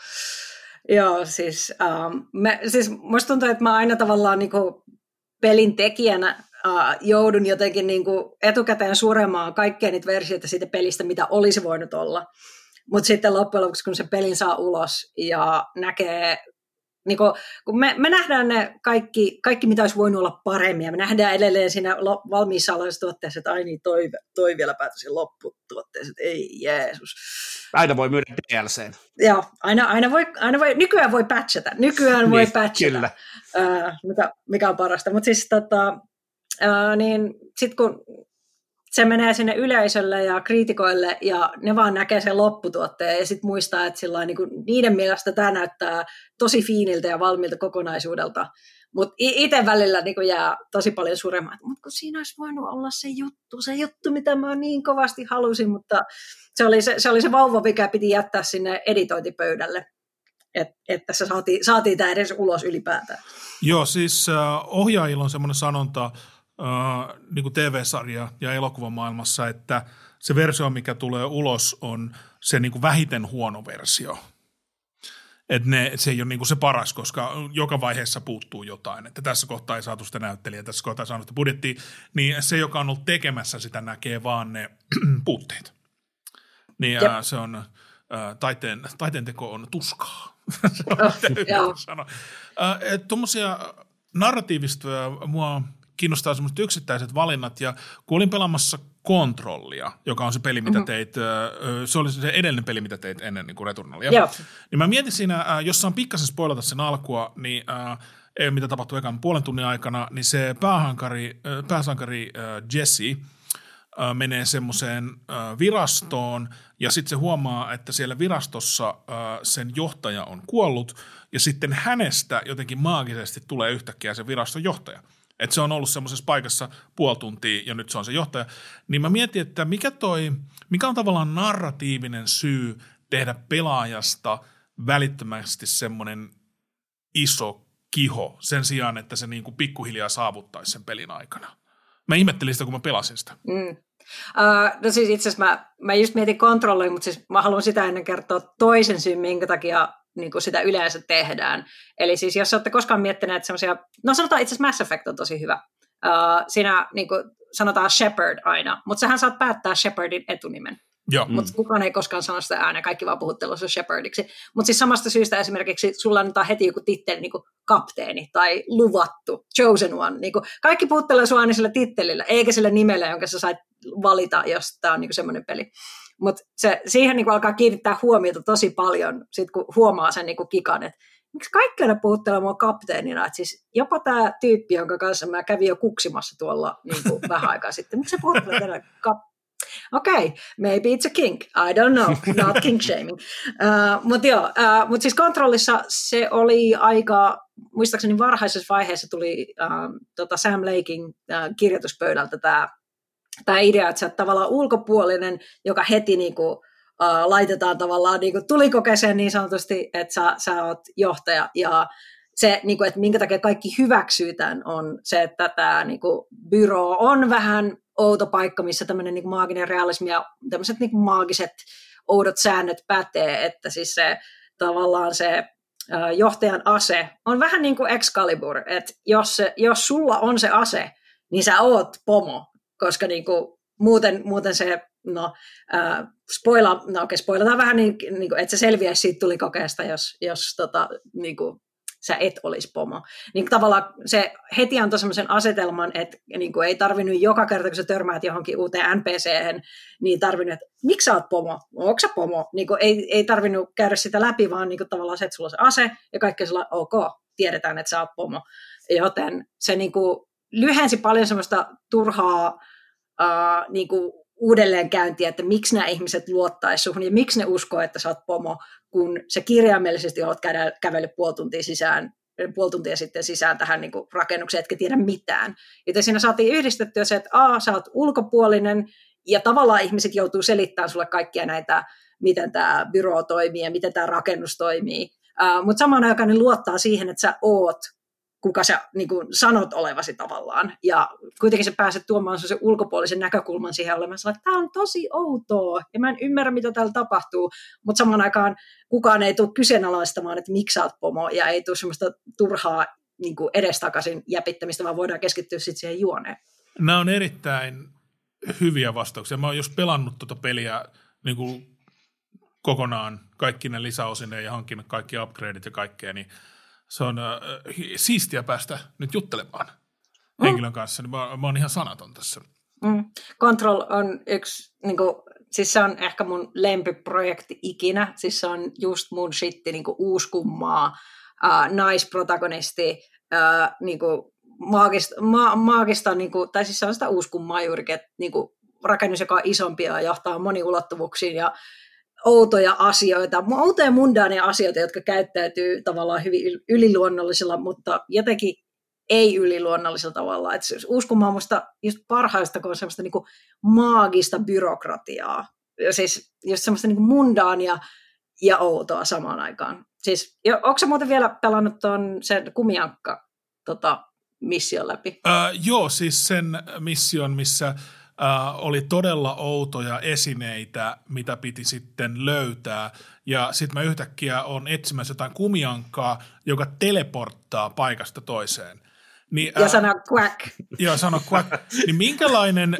Joo, siis, um, me, siis musta tuntuu, että mä aina tavallaan niin kuin pelin tekijänä uh, joudun jotenkin niin kuin etukäteen suremaan kaikkia niitä versioita siitä pelistä, mitä olisi voinut olla. Mutta sitten loppujen lopuksi, kun se pelin saa ulos ja näkee, niin kuin, kun me, me nähdään ne kaikki, kaikki, mitä olisi voinut olla paremmin, ja me nähdään edelleen siinä lo, valmiissa aloissa tuotteessa, että ai niin, toi, toi vielä päätösi lopputuotteessa, että ei Jeesus. Aina voi myydä D L C:n. Joo, aina, aina, voi, aina voi, nykyään voi patchata, nykyään voi niin, patchata, kyllä. Äh, mikä, mikä on parasta. Mutta siis tota, äh, niin sitten kun se menee sinne yleisölle ja kriitikoille ja ne vaan näkee sen lopputuotteen ja sitten muistaa, että sillain, niin kuin, niiden mielestä tämä näyttää tosi fiiniltä ja valmiilta kokonaisuudelta. Mutta itse välillä niin jää tosi paljon suremaan, mutta kun siinä olisi voinut olla se juttu, se juttu, mitä mä niin kovasti halusin, mutta se oli se, se, oli se vauva, mikä piti jättää sinne editointipöydälle, Et, että se saatiin, saatiin tämä edes ulos ylipäätään. Joo, siis äh, ohjaajilla on semmoinen sanonta äh, niin kuin T V-sarja ja elokuvan maailmassa, että se versio, mikä tulee ulos, on se niin kuin vähiten huono versio. että ne, se ei ole niin kuin se paras, koska joka vaiheessa puuttuu jotain. Että tässä kohtaa ei saatu sitä näyttelijää, tässä kohtaa ei saanut sitä budjettia, niin se, joka on ollut tekemässä sitä, näkee vaan ne puutteet. Niin ää, se on, ää, taiteen, taiteen teko on tuskaa. Se on oh, sanoa. Tuommoisia narratiivistoja mua kiinnostaa semmoiset yksittäiset valinnat, ja kun olin pelaamassa Kontrollia, joka on se peli, mitä teit, mm-hmm. se oli se edellinen peli, mitä teit ennen niin kuin Returnalia, yeah. niin mä mietin siinä, jos saan pikkasen spoilata sen alkua, niin äh, mitä tapahtui ekan puolen tunnin aikana, niin se pääsankari, äh, pääsankari äh, Jesse äh, menee semmoiseen äh, virastoon, ja sitten se huomaa, että siellä virastossa äh, sen johtaja on kuollut, ja sitten hänestä jotenkin maagisesti tulee yhtäkkiä se viraston johtaja. Että se on ollut semmoisessa paikassa puoli tuntia ja nyt se on se johtaja. Niin mä mietin, että mikä, toi, mikä on tavallaan narratiivinen syy tehdä pelaajasta välittömästi semmoinen iso kiho sen sijaan, että se niinku pikkuhiljaa saavuttaisi sen pelin aikana. Mä ihmettelin sitä, kun mä pelasin sitä. Mm. Uh, no siis itse asiassa mä, mä just mietin Kontrollia, mutta siis mä haluan sitä ennen kertoa toisen syyn, minkä takia niin kuin sitä yleensä tehdään. Eli siis jos olette koskaan miettineet semmoisia, no sanotaan itse asiassa Mass Effect on tosi hyvä. Uh, siinä niin kuin sanotaan Shepard aina, mutta sähän saat päättää Shepardin etunimen. Mutta mm. kukaan ei koskaan sano sitä ääneen, kaikki vaan puhuttelussa Shepardiksi. Mutta siis samasta syystä esimerkiksi sulla annetaan heti joku titteli, niin kuin kapteeni tai luvattu, chosen one. Niin kuin kaikki puhuttelee sua aina sillä tittelillä, eikä sillä nimellä, jonka sä sait valita, jos tämä on niin kuin semmoinen peli. Mutta siihen niin kuin alkaa kiinnittää huomiota tosi paljon, sit kun huomaa sen niin kuin kikan, että miksi kaikki aina puhuttelee mua kapteenina. Et siis jopa tämä tyyppi, jonka kanssa mä kävin jo kuksimassa tuolla niin kuin vähän aikaa sitten, miksi se puhuttelee tällä kapteenina? Okei, okay, maybe it's a kink, I don't know, not kink shaming. Uh, Mutta joo, uh, mut siis Kontrollissa se oli aika, muistaakseni varhaisessa vaiheessa tuli uh, tota Sam Lakein uh, kirjoituspöydältä tämä Tämä idea, että sä oot tavallaan ulkopuolinen, joka heti niinku, uh, laitetaan tavallaan niinku tulikokeeseen niin sanotusti, että sä, sä oot johtaja. Ja se, niinku, että minkä takia kaikki hyväksyy tämän, on se, että tämä niinku, byro on vähän outo paikka, missä tämmöinen niinku, maaginen realismi ja tämmöiset niinku, maagiset oudot säännöt pätee, että siis se tavallaan se uh, johtajan ase on vähän niin kuin Excalibur, että jos, se, jos sulla on se ase, niin sä oot pomo. Koska niinku, muuten, muuten se, no, äh, spoila, no okei, spoilataan vähän, niin, niin että se selviäisi siitä tulikokeesta, jos, jos tota, niinku, sä et olisi pomo. Niin tavallaan se heti antoi semmoisen asetelman, että niinku, ei tarvinnut joka kerta, kun sä törmäät johonkin uuteen N P C:hen, niin tarvinnut, että miksi sä oot pomo? Onko sä pomo? Niinku, ei, ei tarvinnut käydä sitä läpi, vaan niinku, tavallaan se, että sulla on se ase, ja kaikki sillä ok, tiedetään, että sä oot pomo. Joten se niinku, lyhensi paljon semmoista turhaa uh, niinku uudelleenkäyntiä, että miksi nämä ihmiset luottaisi suhun ja miksi ne uskoo, että sä oot pomo, kun sä kirjaimellisesti olet kävellyt puoli tuntia, sisään, puoli tuntia sitten sisään tähän niinku rakennukseen, etkä tiedä mitään. Joten siinä saatiin yhdistettyä se, että a, sä oot ulkopuolinen ja tavallaan ihmiset joutuu selittämään sulle kaikkia näitä, miten tämä byro toimii ja miten tämä rakennus toimii. Uh, mutta samaan aikaan ne luottaa siihen, että sä oot kuka sä niin kuin sanot olevasi tavallaan. Ja kuitenkin sä pääset tuomaan sen ulkopuolisen näkökulman siihen olemassa, että tämä on tosi outoa, ja mä en ymmärrä, mitä täällä tapahtuu, mutta samaan aikaan kukaan ei tule kyseenalaistamaan, että miksi sä oot pomo, ja ei tule semmoista turhaa niin kuin edestakaisin jäpittämistä, vaan voidaan keskittyä sitten siihen juoneen. Nämä on erittäin hyviä vastauksia. Mä oon just pelannut tuota peliä niin kuin kokonaan, kaikki ne lisäosineen ja hankkinut kaikki upgradeit ja kaikkea, niin se on äh, siistiä päästä nyt juttelemaan mm. henkilön kanssa, niin mä, mä oon ihan sanaton tässä. Mm. Control on yksi, niin kuin, siis se on ehkä mun lempiprojekti ikinä, siis se on just mun shitti, niin kuin uuskummaa, äh, naisprotagonisti, äh, niin kuin maagista, ma, maagista niin kuin, tai siis se on sitä uuskummaa juurikin, että niin kuin rakennus, joka on isompi ja johtaa moniulottuvuuksiin ja outoja asioita, outoja mundaania asioita, jotka käyttäytyy tavallaan hyvin yliluonnollisella, mutta jotenkin ei yliluonnollisella tavalla. Et uskomaan on musta just parhaista, kun on semmoista niinku maagista byrokratiaa. Siis just semmoista niinku mundaania ja outoa samaan aikaan. Siis, onko sä muuten vielä pelannut tuon sen kumiankka tota, mission läpi? Uh, joo, siis sen mission, missä äh, oli todella outoja esineitä, mitä piti sitten löytää. Ja sitten mä yhtäkkiä on etsimässä jotain kumiankkaa, joka teleporttaa paikasta toiseen. Niin, ja sano quack. Joo, sano quack. Niin minkälainen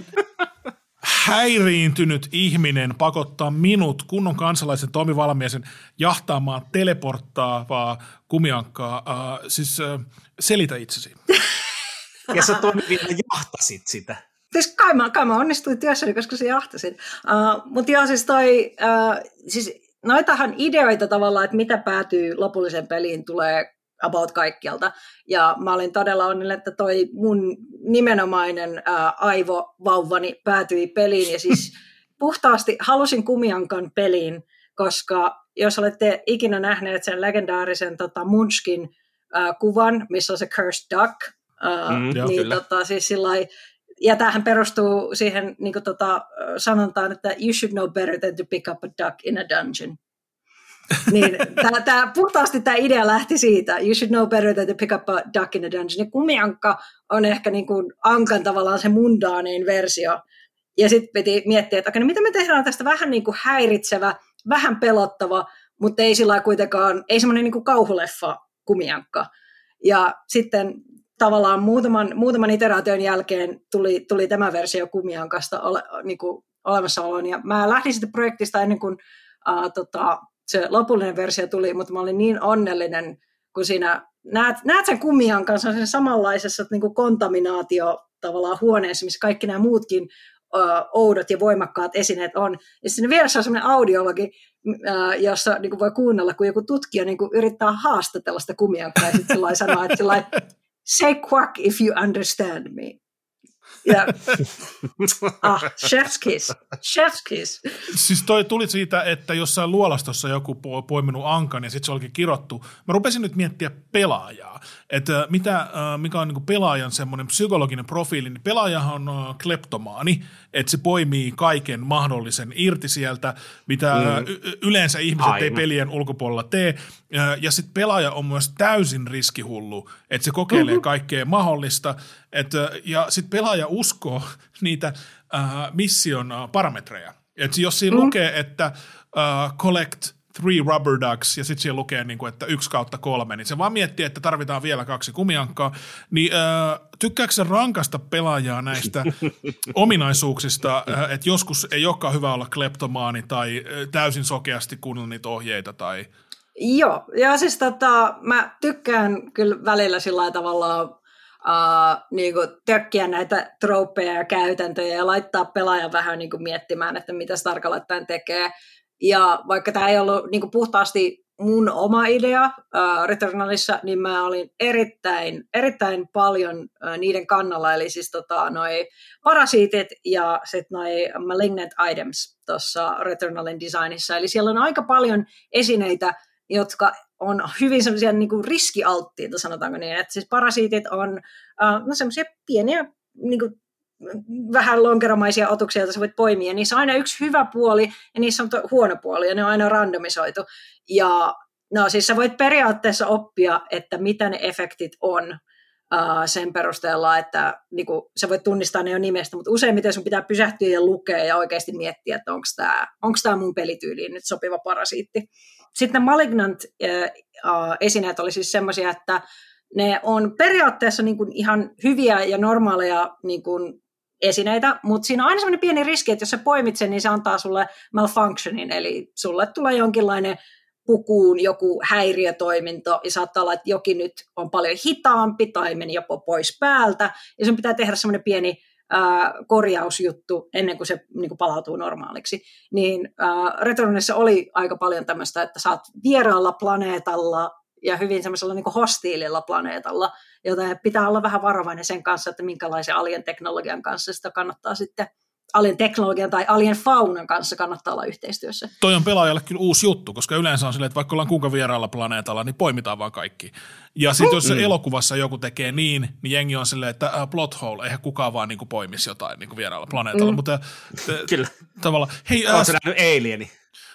häiriintynyt ihminen pakottaa minut, kunnon kansalaisen Tomi Valmiaisen, jahtaamaan teleporttaavaa kumiankkaa? Uh, siis uh, selitä itsesi. Ja sä Tomi vielä jahtasit sitä. Siis kai mä, kai mä onnistuin työssäni, koska se jahtasin. Uh, Mutta joo, siis toi, uh, siis noitahan ideoita tavallaan, että mitä päätyy lopulliseen peliin, tulee about kaikkialta. Ja mä olin todella onnellinen, että toi mun nimenomainen ää, aivovauvani päätyi peliin. Ja siis puhtaasti halusin kumiankan peliin, koska jos olette ikinä nähneet sen legendaarisen tota, Munchkin ää, kuvan, missä on se Cursed Duck, ää, mm, joo, niin tota, siis sillai, ja tämähän perustuu siihen niin kuin, tota, sanontaan, että you should know better than to pick up a duck in a dungeon. niin, tää, tää, puhtaasti tämä idea lähti siitä, you should know better than to pick up a duck in a dungeon. Ja kumiankka on ehkä niin kuin ankan tavallaan se mundaanein versio. Ja sitten piti miettiä, että okei, no mitä me tehdään tästä vähän niin kuin häiritsevä, vähän pelottava, mutta ei sillä kuitenkaan, ei semmoinen niin kuin kauhuleffa kumiankka. Ja sitten tavallaan muutaman, muutaman iteraation jälkeen tuli, tuli tämä versio kumiankasta ole, niin kuin olemassaoloon. Ja mä lähdin sitten projektista ennen kuin uh, tota, se lopullinen versio tuli, mutta mä olin niin onnellinen, kun siinä näet, näet sen kumiankan, se on sen samanlaisessa niin kuin kontaminaatio tavallaan huoneessa, missä kaikki nämä muutkin uh, oudot ja voimakkaat esineet on. Ja siinä vieressä on sellainen audiologi, uh, jossa niin kuin voi kuunnella, kun joku tutkija niin kuin yrittää haastatella sitä kumiankaa ja sitten sellainen sanoo, että sellainen, say quack if you understand me. Ja, ah, chef's kiss, chef's kiss. Siis toi tuli siitä, että jossain luolastossa joku poiminut ankan ja sitten se olikin kirottu. Mä rupesin nyt miettiä pelaajaa, että mitä, mikä on niin kuin pelaajan semmoinen psykologinen profiili, niin pelaajahan on kleptomaani, että se poimii kaiken mahdollisen irti sieltä, mitä mm. y- yleensä ihmiset Aina. ei pelien ulkopuolella tee. Ja sitten pelaaja on myös täysin riskihullu, että se kokeilee mm-hmm. kaikkea mahdollista. Et, ja sitten pelaaja uskoo niitä äh, mission parametreja. Et jos siinä mm. lukee, että äh, collect three rubber ducks ja sitten siellä lukee, niin kuin, että yksi kautta kolme, niin se vaan miettii, että tarvitaan vielä kaksi kumiankkaa. Niin äh, tykkääkö sä rankasta pelaajaa näistä ominaisuuksista, äh, että joskus ei olekaan hyvä olla kleptomaani tai äh, täysin sokeasti kuunnella niitä ohjeita tai... Joo, ja siis tota, mä tykkään kyllä välillä sillä tavalla uh, niin kuin tökkiä näitä trooppeja ja käytäntöjä ja laittaa pelaajan vähän niin kuin miettimään, että mitä se tarkalleen tämän tekee. Ja vaikka tämä ei ollut niin kuin puhtaasti mun oma idea uh, Returnalissa, niin mä olin erittäin, erittäin paljon uh, niiden kannalla, eli siis tota, noi parasiitit ja sitten noi malignant items tuossa Returnalin designissa. Eli siellä on aika paljon esineitä, jotka on hyvin semmoisia niin kuin riskialttiita, sanotaanko niin, että siis parasiitit on uh, no semmoisia pieniä niin kuin vähän lonkeromaisia otuksia, joita sä voit poimia. Niissä on aina yksi hyvä puoli ja niissä on to- huono puoli ja ne on aina randomisoitu. Ja no siis sä voit periaatteessa oppia, että mitä ne efektit on uh, sen perusteella, että niinku, sä voit tunnistaa ne jo nimestä, mutta useimmiten sun pitää pysähtyä ja lukea ja oikeasti miettiä, että onko tämä onko tää mun pelityyliin nyt sopiva parasiitti. Sitten Malignant uh, esineet oli siis semmoisia, että ne on periaatteessa niin kuin ihan hyviä ja normaaleja niin kuin esineitä, mutta siinä on aina semmoinen pieni riski, että jos sä poimit sen, niin se antaa sulle malfunctionin, eli sulle tulee jonkinlainen pukuun joku häiriötoiminto, ja saattaa olla, että jokin nyt on paljon hitaampi tai meni jopa pois päältä, ja sun pitää tehdä semmoinen pieni ää, korjausjuttu ennen kuin se niin kuin palautuu normaaliksi. Niin ää, Returnalissa oli aika paljon tämmöistä, että sä oot vieraalla planeetalla, ja hyvin semmoisella niin kuin hostiililla planeetalla, joten pitää olla vähän varovainen sen kanssa, että minkälaisen alien teknologian kanssa sitä kannattaa sitten, alien teknologian tai alien faunan kanssa kannattaa olla yhteistyössä. Toi on pelaajalle kyllä uusi juttu, koska yleensä on silleen, että vaikka ollaan kuinka vieraalla planeetalla, niin poimitaan vaan kaikki. Ja sitten jos se elokuvassa joku tekee niin, niin jengi on silleen, että uh, plot hole, eihän kukaan vaan niinku poimisi jotain niinku vieraalla planeetalla. Mm. Mutta kyllä. Tavallaan, hei, Oletko sä nähnyt Alieni?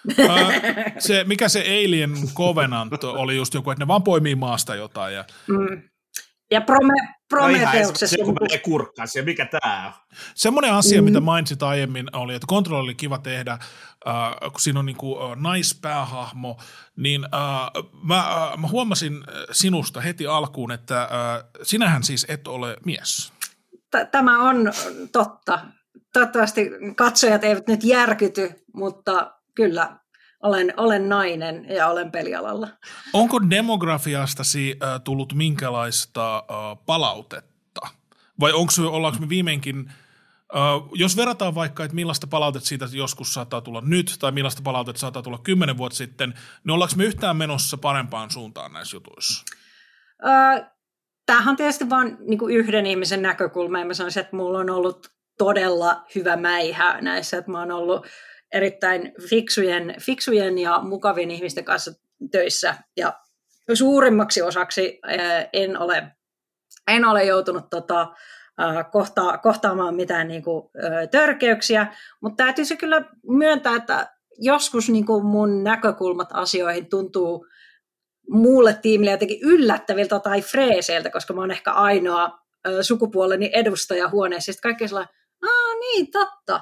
se, mikä se Alien Covenant oli just joku, että ne vaan poimii maasta jotain. Ja, mm. ja Prome- Prometheuksessa. No ihan menee kurkkaisi, ja mikä tämä on? Semmoinen asia, mm. mitä mainitsit aiemmin, oli, että kontrolli oli kiva tehdä, äh, kun siinä on niin kuin, äh, naispäähahmo, niin äh, mä, äh, mä huomasin sinusta heti alkuun, että äh, sinähän siis et ole mies. Tämä on totta. Toivottavasti katsojat eivät nyt järkyty, mutta kyllä olen, olen nainen ja olen pelialalla. Onko demografiastasi äh, tullut minkälaista äh, palautetta? Vai onko, ollaanko me viimeinkin, äh, jos verrataan vaikka, että millaista palautetta siitä joskus saattaa tulla nyt, tai millaista palautetta saattaa tulla kymmenen vuotta sitten, niin ollaanko me yhtään menossa parempaan suuntaan näissä jutuissa? Äh, Tämähän on tietysti vain niin kuin yhden ihmisen näkökulma, ja mä sanoisin, että mulla on ollut todella hyvä mäihä näissä, että mä oon ollut erittäin fiksujen, fiksujen ja mukavien ihmisten kanssa töissä, ja suurimmaksi osaksi en ole, en ole joutunut tota, kohta, kohtaamaan mitään niin kuin, törkeyksiä, mutta täytyy se kyllä myöntää, että joskus niin kuin mun näkökulmat asioihin tuntuu muulle tiimille jotenkin yllättäviltä tai freeseiltä, koska mä oon ehkä ainoa sukupuoleni edustaja huoneessa, sitten kaikki sellainen, aa niin, totta.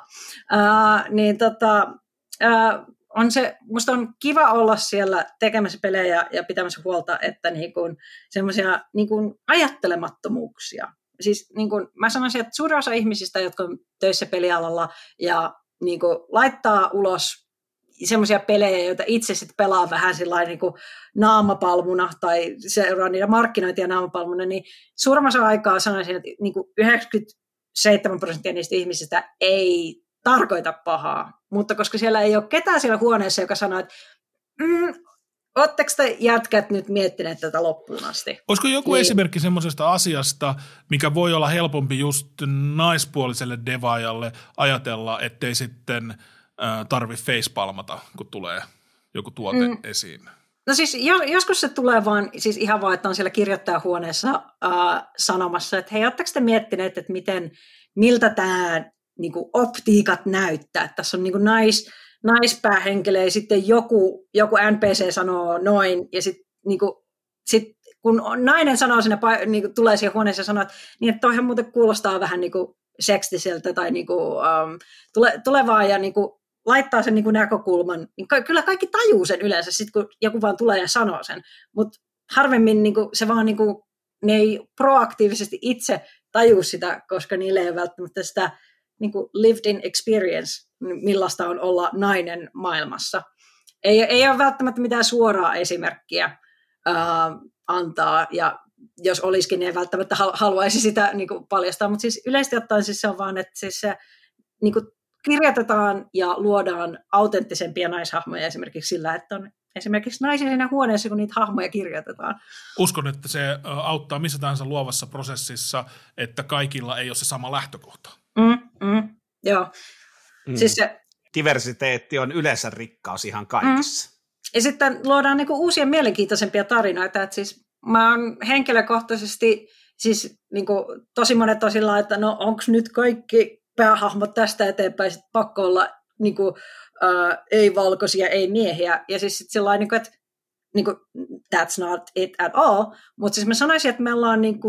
Ää, niin tota, ää, on se, musta on kiva olla siellä tekemässä pelejä ja pitämässä huolta, että niin kun, semmoisia niin kun ajattelemattomuuksia. Siis niin kun, mä sanoisin, että suurin osa ihmisistä, jotka on töissä pelialalla ja niin kun, laittaa ulos semmoisia pelejä, joita itse sitten pelaa vähän sillain niin kuin naamapalmuna tai seuraa niitä markkinointia naamapalmuna, niin suurimmassa aikaa sanoisin, että niin kuin yhdeksänkymmentäseitsemän prosenttia niistä ihmisistä ei tarkoita pahaa, mutta koska siellä ei ole ketään siellä huoneessa, joka sanoo, että mm, ootteko te jätkät nyt miettineet tätä loppuun asti? Olisiko joku niin. esimerkki semmoisesta asiasta, mikä voi olla helpompi just naispuoliselle devaajalle ajatella, ettei sitten tarvi facepalmata, kun tulee joku tuote mm. esiin? No siis joskus se tulee vaan, siis ihan vaan, että on siellä kirjoittajahuoneessa äh, sanomassa, että hei, ootteko te miettineet, että miten, miltä tämä niin kuin optiikat näyttää? Että tässä on niin kuin nais, naispäähenkilö ja sitten joku, joku N P C sanoo noin ja sitten niin kuin, sit, kun nainen sanoo sinne, niin kuin tulee siihen huoneeseen ja sanoo, että, niin, että toihan muuten kuulostaa vähän niin kuin sekstiseltä tai niin kuin, um, tule, tulevaa ja niin kuin, laittaa sen niin kuin näkökulman, niin ka- kyllä kaikki tajuu sen yleensä, sit kun joku vaan tulee ja sanoo sen, mutta harvemmin niin kuin, se vaan, niin kuin, ne ei proaktiivisesti itse tajuu sitä, koska niille ei ole välttämättä sitä niin kuin lived in experience, millaista on olla nainen maailmassa. Ei, ei ole välttämättä mitään suoraa esimerkkiä ää, antaa, ja jos olisikin, niin ei välttämättä haluaisi sitä niin kuin paljastaa, mutta siis yleisesti ottaen siis se on vaan, että siis se niin kuin kirjoitetaan ja luodaan autenttisempia naishahmoja esimerkiksi sillä, että on esimerkiksi naisia siinä huoneessa, kun niitä hahmoja kirjoitetaan. Uskon, että se auttaa missä tahansa luovassa prosessissa, että kaikilla ei ole se sama lähtökohta. Mm, mm, joo. Mm. Siis se, diversiteetti on yleensä rikkaus ihan kaikissa. Mm. Ja sitten luodaan niinku uusia mielenkiintoisempia tarinoita. Että siis mä oon henkilökohtaisesti, siis niinku, tosi monet on sillä, että no onko nyt kaikki päähahmot tästä eteenpäin sit pakko olla niinku, äh, ei-valkoisia, ei-miehiä. Ja siis sillä lailla, niinku, että niinku, that's not it at all. Mutta siis mä sanoisin, että me ollaan, niinku,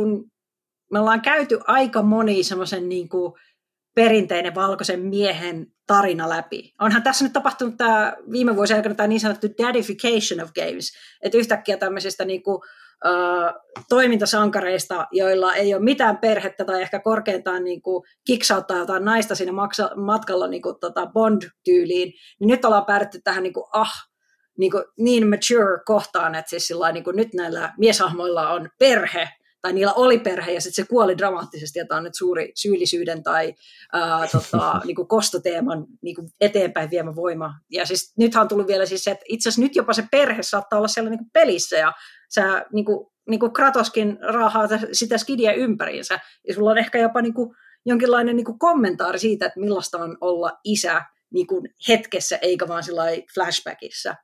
me ollaan käyty aika moni semmoisen niinku, perinteinen valkoisen miehen tarina läpi. Onhan tässä nyt tapahtunut tämä viime vuosien aikana tämä niin sanottu daddification of games, että yhtäkkiä tämmöisistä niinku, äh, toimintasankareista, joilla ei ole mitään perhettä tai ehkä korkeintaan niinku, kiksauttaa jotain naista siinä maksa, matkalla niinku, tota Bond-tyyliin, niin nyt ollaan päädytty tähän niinku, ah, niinku, niin mature kohtaan, että siis sillai, niinku, nyt näillä mieshahmoilla on perhe, tai niillä oli perhe, ja sitten se kuoli dramaattisesti, ja tämä on nyt suuri syyllisyyden tai ää, tota, niinku kostoteeman niinku eteenpäin viemä voima. Ja siis nythän on tullut vielä siis se, että itse asiassa nyt jopa se perhe saattaa olla siellä niinku pelissä, ja sä niinku, niinku Kratoskin raahaa sitä skidiä ympäriinsä, ja sulla on ehkä jopa niinku jonkinlainen niinku kommentaari siitä, että millaista on olla isä niinku hetkessä, eikä vaan sillai flashbackissa.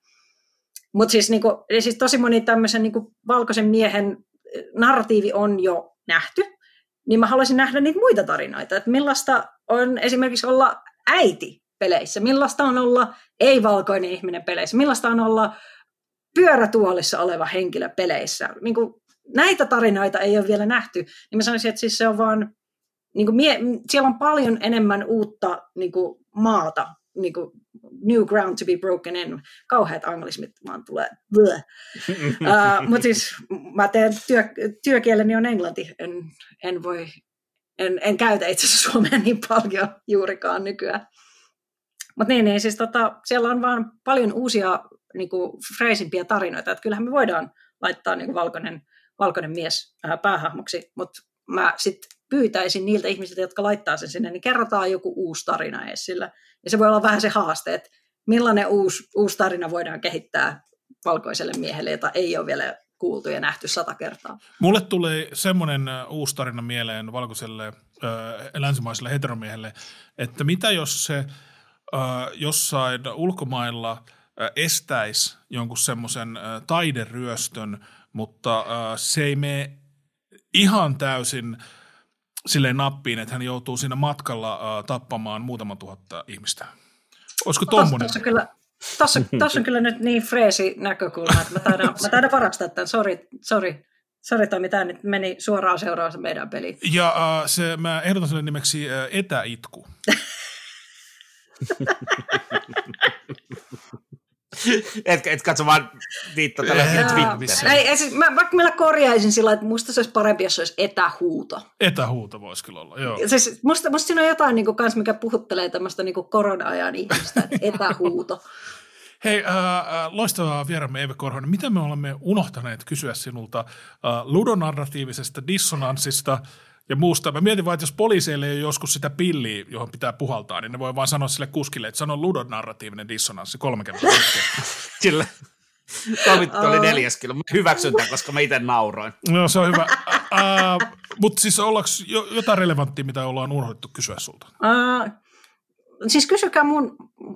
Mutta siis, niinku, siis tosi moni tämmöisen niinku valkoisen miehen narratiivi on jo nähty, niin mä haluaisin nähdä niitä muita tarinoita, että millaista on esimerkiksi olla äiti peleissä, millaista on olla ei-valkoinen ihminen peleissä, millaista on olla pyörätuolissa oleva henkilö peleissä. Niin kuin, näitä tarinoita ei ole vielä nähty, niin mä sanoisin, että siis se on vaan, niin kuin mie, siellä on paljon enemmän uutta niin kuin maata, niin kuin new ground to be broken in, kauheat anglismit vaan tulee. uh, mutta siis mä teen, työ, työkieleni on englanti, en, en voi, en, en käytä itse asiassa suomea niin paljon juurikaan nykyään. Mutta niin, niin siis tota, siellä on vaan paljon uusia niin kuin freesimpiä tarinoita, että kyllähän me voidaan laittaa niin kuin valkoinen, valkoinen mies ää, päähahmoksi, mutta mä sitten pyytäisin niiltä ihmisiltä, jotka laittaa sen sinne, niin kerrotaan joku uusi tarina edes sillä. Ja se voi olla vähän se haaste, että millainen uusi, uusi tarina voidaan kehittää valkoiselle miehelle, jota ei ole vielä kuultu ja nähty sata kertaa. Mulle tuli semmoinen uusi tarina mieleen valkoiselle äh, länsimaiselle heteromiehelle, että mitä jos se äh, jossain ulkomailla äh, estäisi jonkun semmoisen äh, taideryöstön, mutta äh, se ei mene ihan täysin silleen nappiin, että hän joutuu siinä matkalla uh, tappamaan muutaman tuhatta ihmistä. Olisiko tommoinen? Tuossa kyllä, tossa, tossa on kyllä nyt niin freesi näkökulma, että mä taidan, mä taidan varastaa tämän. Sori, sori. Sori Tomi, tämä nyt meni suoraan seuraan meidän peliin. Ja uh, se, mä ehdotan sille nimeksi uh, etäitku. et, et katso vaan viittaa tällaisia Twitteriä. Ei, ei, siis, mä, mä kyllä korjaisin sillä, että musta se olisi parempi, jos se olisi etähuuto. Etähuuto voisi kyllä olla, joo. Siis, musta, musta siinä on jotain, niin kuin, kans, mikä puhuttelee tämmöistä niin kuin korona-ajan ihmistä, että etähuuto. Hei, äh, loistavaa vieramme Eeva Korhonen. Mitä me olemme unohtaneet kysyä sinulta äh, ludonarratiivisesta dissonanssista ja muusta? Mä mietin vaan, että jos poliiseille ei ole joskus sitä pilliä, johon pitää puhaltaa, niin ne voi vaan sanoa sille kuskille, että sano ludonarratiivinen dissonanssi kolme kertaa. Kyllä. Tomi oli neljäs kilo. Mä hyväksyn tämän, koska mä itse nauroin. No se on hyvä. uh, Mutta siis ollaanko jo, jotain relevanttia, mitä ollaan unohdettu kysyä sulta? Uh, siis kysykää mun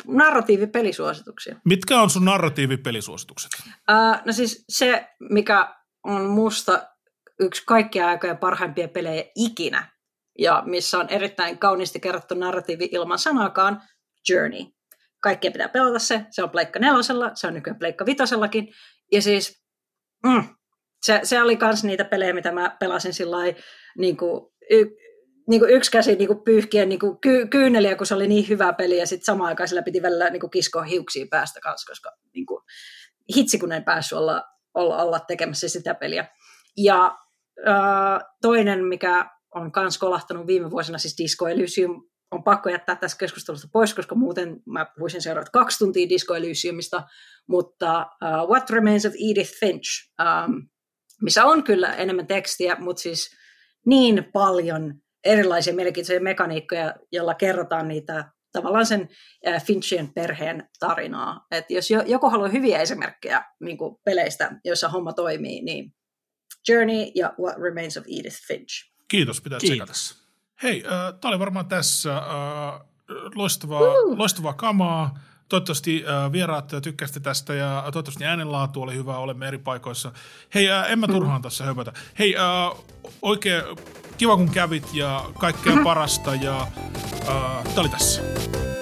narratiivipelisuosituksia. Mitkä on sun narratiivipelisuositukset? Uh, no siis se, mikä on musta yksi kaikkien aikojen parhaimpia pelejä ikinä, ja missä on erittäin kauniisti kerrottu narratiivi ilman sanaakaan, Journey. Kaikkien pitää pelata se, se on Pleikka nelosella, se on nykyään Pleikka vitosellakin, ja siis mm, se, se oli kans niitä pelejä, mitä mä pelasin sillai niin kuin, y, niin kuin yksi käsi niin kuin pyyhkien niin kuin ky, kyyneliä, kun se oli niin hyvä peli, ja sitten samaan aikaan sillä piti välillä niin kuin kiskoa hiuksia päästä kanssa, koska niin kuin, hitsi kun en päässyt olla, olla, olla tekemässä sitä peliä. Ja äh, toinen, mikä on kans kolahtanut viime vuosina, siis Disco Elysium, on pakko jättää tässä keskustelusta pois, koska muuten mä puhuisin seuraavat kaksi tuntia Disco Elysiumista, mutta uh, What Remains of Edith Finch, um, missä on kyllä enemmän tekstiä, mutta siis niin paljon erilaisia mielenkiintoisia mekaniikkoja, joilla kerrotaan niitä tavallaan sen uh, Finchien perheen tarinaa. Et jos joku haluaa hyviä esimerkkejä niin kuin peleistä, joissa homma toimii, niin Journey ja What Remains of Edith Finch. Kiitos, pitää tsekata. Hei, äh, tämä oli varmaan tässä äh, loistavaa, uh. loistavaa kamaa. Toivottavasti äh, vieraat tykkäsitte tästä ja toivottavasti äänenlaatu oli hyvä, olemme eri paikoissa. Hei, äh, en mä turhaan mm. tässä höpötä. Hei, äh, oikein kiva kun kävit ja kaikkea parasta ja äh, tämä oli tässä.